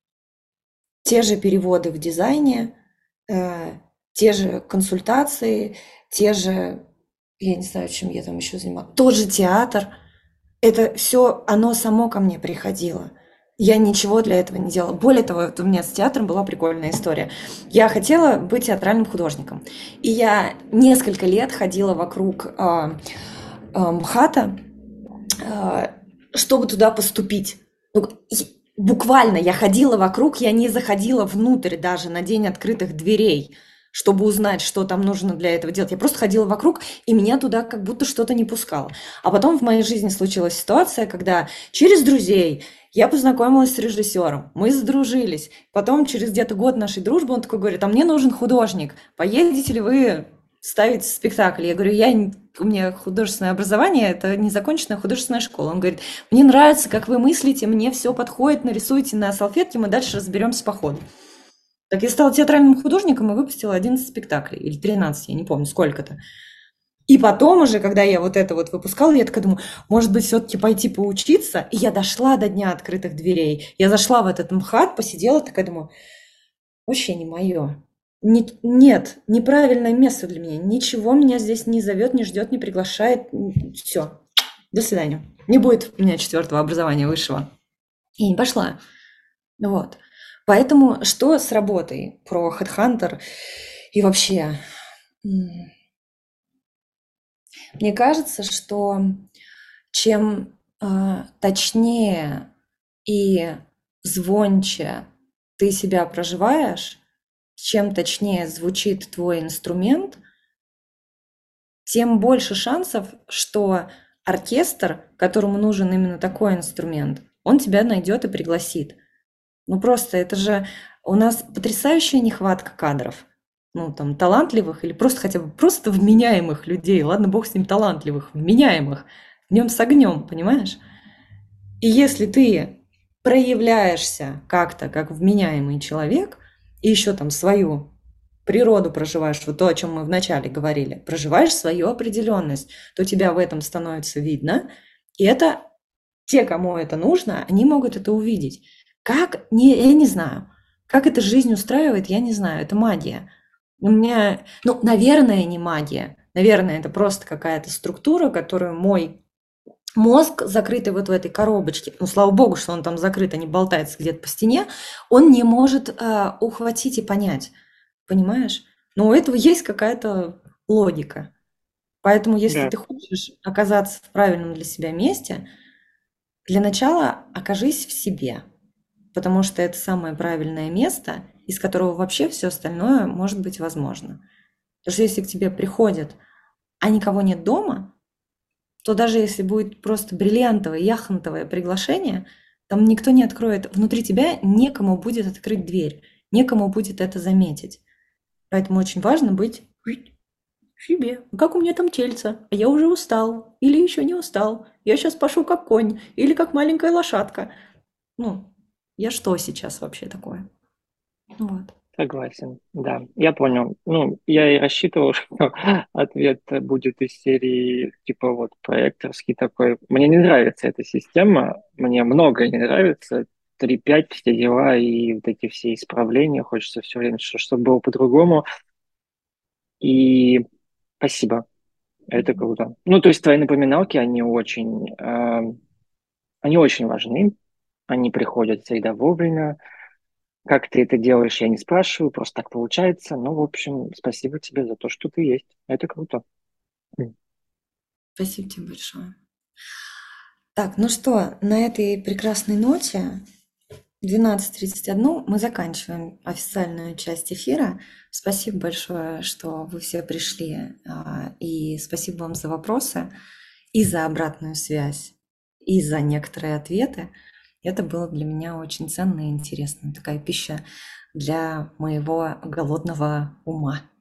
те же переводы в дизайне, э, те же консультации, те же, я не знаю, чем я там еще занималась, тот же театр. Это все, оно само ко мне приходило. Я ничего для этого не делала. Более того, вот у меня с театром была прикольная история. Я хотела быть театральным художником. И я несколько лет ходила вокруг а, а, МХАТа, а, чтобы туда поступить. Ну, и буквально я ходила вокруг, я не заходила внутрь даже на день открытых дверей, чтобы узнать, что там нужно для этого делать. Я просто ходила вокруг, и меня туда как будто что-то не пускало. А потом в моей жизни случилась ситуация, когда через друзей я познакомилась с режиссером, мы сдружились. Потом через где-то год нашей дружбы он такой говорит, а мне нужен художник, поедете ли вы ставить спектакль? Я говорю, я, н- у меня художественное образование, это незаконченная художественная школа. Он говорит, мне нравится, как вы мыслите, мне все подходит, нарисуйте на салфетке, мы дальше разберемся по ходу. Так я стала театральным художником и выпустила одиннадцать спектаклей, или тринадцать, я не помню, сколько-то. И потом уже, когда я вот это вот выпускала, я такая думаю, может быть, все-таки пойти поучиться. И я дошла до дня открытых дверей. Я зашла в этот МХАТ, посидела, такая думаю, вообще не мое. Нет, неправильное место для меня. Ничего меня здесь не зовет, не ждет, не приглашает. Все, до свидания. Не будет у меня четвертого образования высшего. И не пошла. Вот. Поэтому что с работой про HeadHunter и вообще? м, Мне кажется, что чем а, точнее и звонче ты себя проживаешь, чем точнее звучит твой инструмент, тем больше шансов, что оркестр, которому нужен именно такой инструмент, он тебя найдет и пригласит. Ну просто это же у нас потрясающая нехватка кадров. Ну там талантливых или просто хотя бы просто вменяемых людей. Ладно, бог с ним талантливых, вменяемых. Днем с огнем, понимаешь? И если ты проявляешься как-то как вменяемый человек, и еще там свою природу проживаешь, вот то, о чем мы вначале говорили, проживаешь свою определенность, то тебя в этом становится видно, и это те, кому это нужно, они могут это увидеть. Как? Не, я не знаю. Как эта жизнь устраивает, я не знаю. Это магия. У меня, ну, наверное, не магия. Наверное, это просто какая-то структура, которую мой мозг, закрытый вот в этой коробочке, ну, слава богу, что он там закрыт, а не болтается где-то по стене, он не может э, ухватить и понять. Понимаешь? Но у этого есть какая-то логика. Поэтому, если Да. ты хочешь оказаться в правильном для себя месте, для начала окажись в себе, потому что это самое правильное место, из которого вообще все остальное может быть возможно. Потому что если к тебе приходят, а никого нет дома, то даже если будет просто бриллиантовое, яхонтовое приглашение, там никто не откроет, внутри тебя некому будет открыть дверь, некому будет это заметить. Поэтому очень важно быть в себе. Как у меня там тельце? А я уже устал. Или еще не устал. Я сейчас пашу как конь. Или как маленькая лошадка. Ну, я что сейчас вообще такое? Ну вот. Согласен, да, я понял. Ну, я и рассчитывал, что ответ будет из серии, типа, вот, проекторский такой. Мне не нравится эта система, мне многое не нравится. Три пять все дела и вот эти все исправления. Хочется все время, что- чтобы было по-другому. И спасибо, это круто. Ну, то есть твои напоминалки, они очень, э, они очень важны. Они приходят всегда вовремя. Как ты это делаешь, я не спрашиваю, просто так получается. Ну, в общем, спасибо тебе за то, что ты есть. Это круто. Спасибо тебе большое. Так, ну что, на этой прекрасной ноте двенадцать тридцать один мы заканчиваем официальную часть эфира. Спасибо большое, что вы все пришли, а, и спасибо вам за вопросы, и за обратную связь, и за некоторые ответы. Это было для меня очень ценно и интересно. Такая пища для моего голодного ума.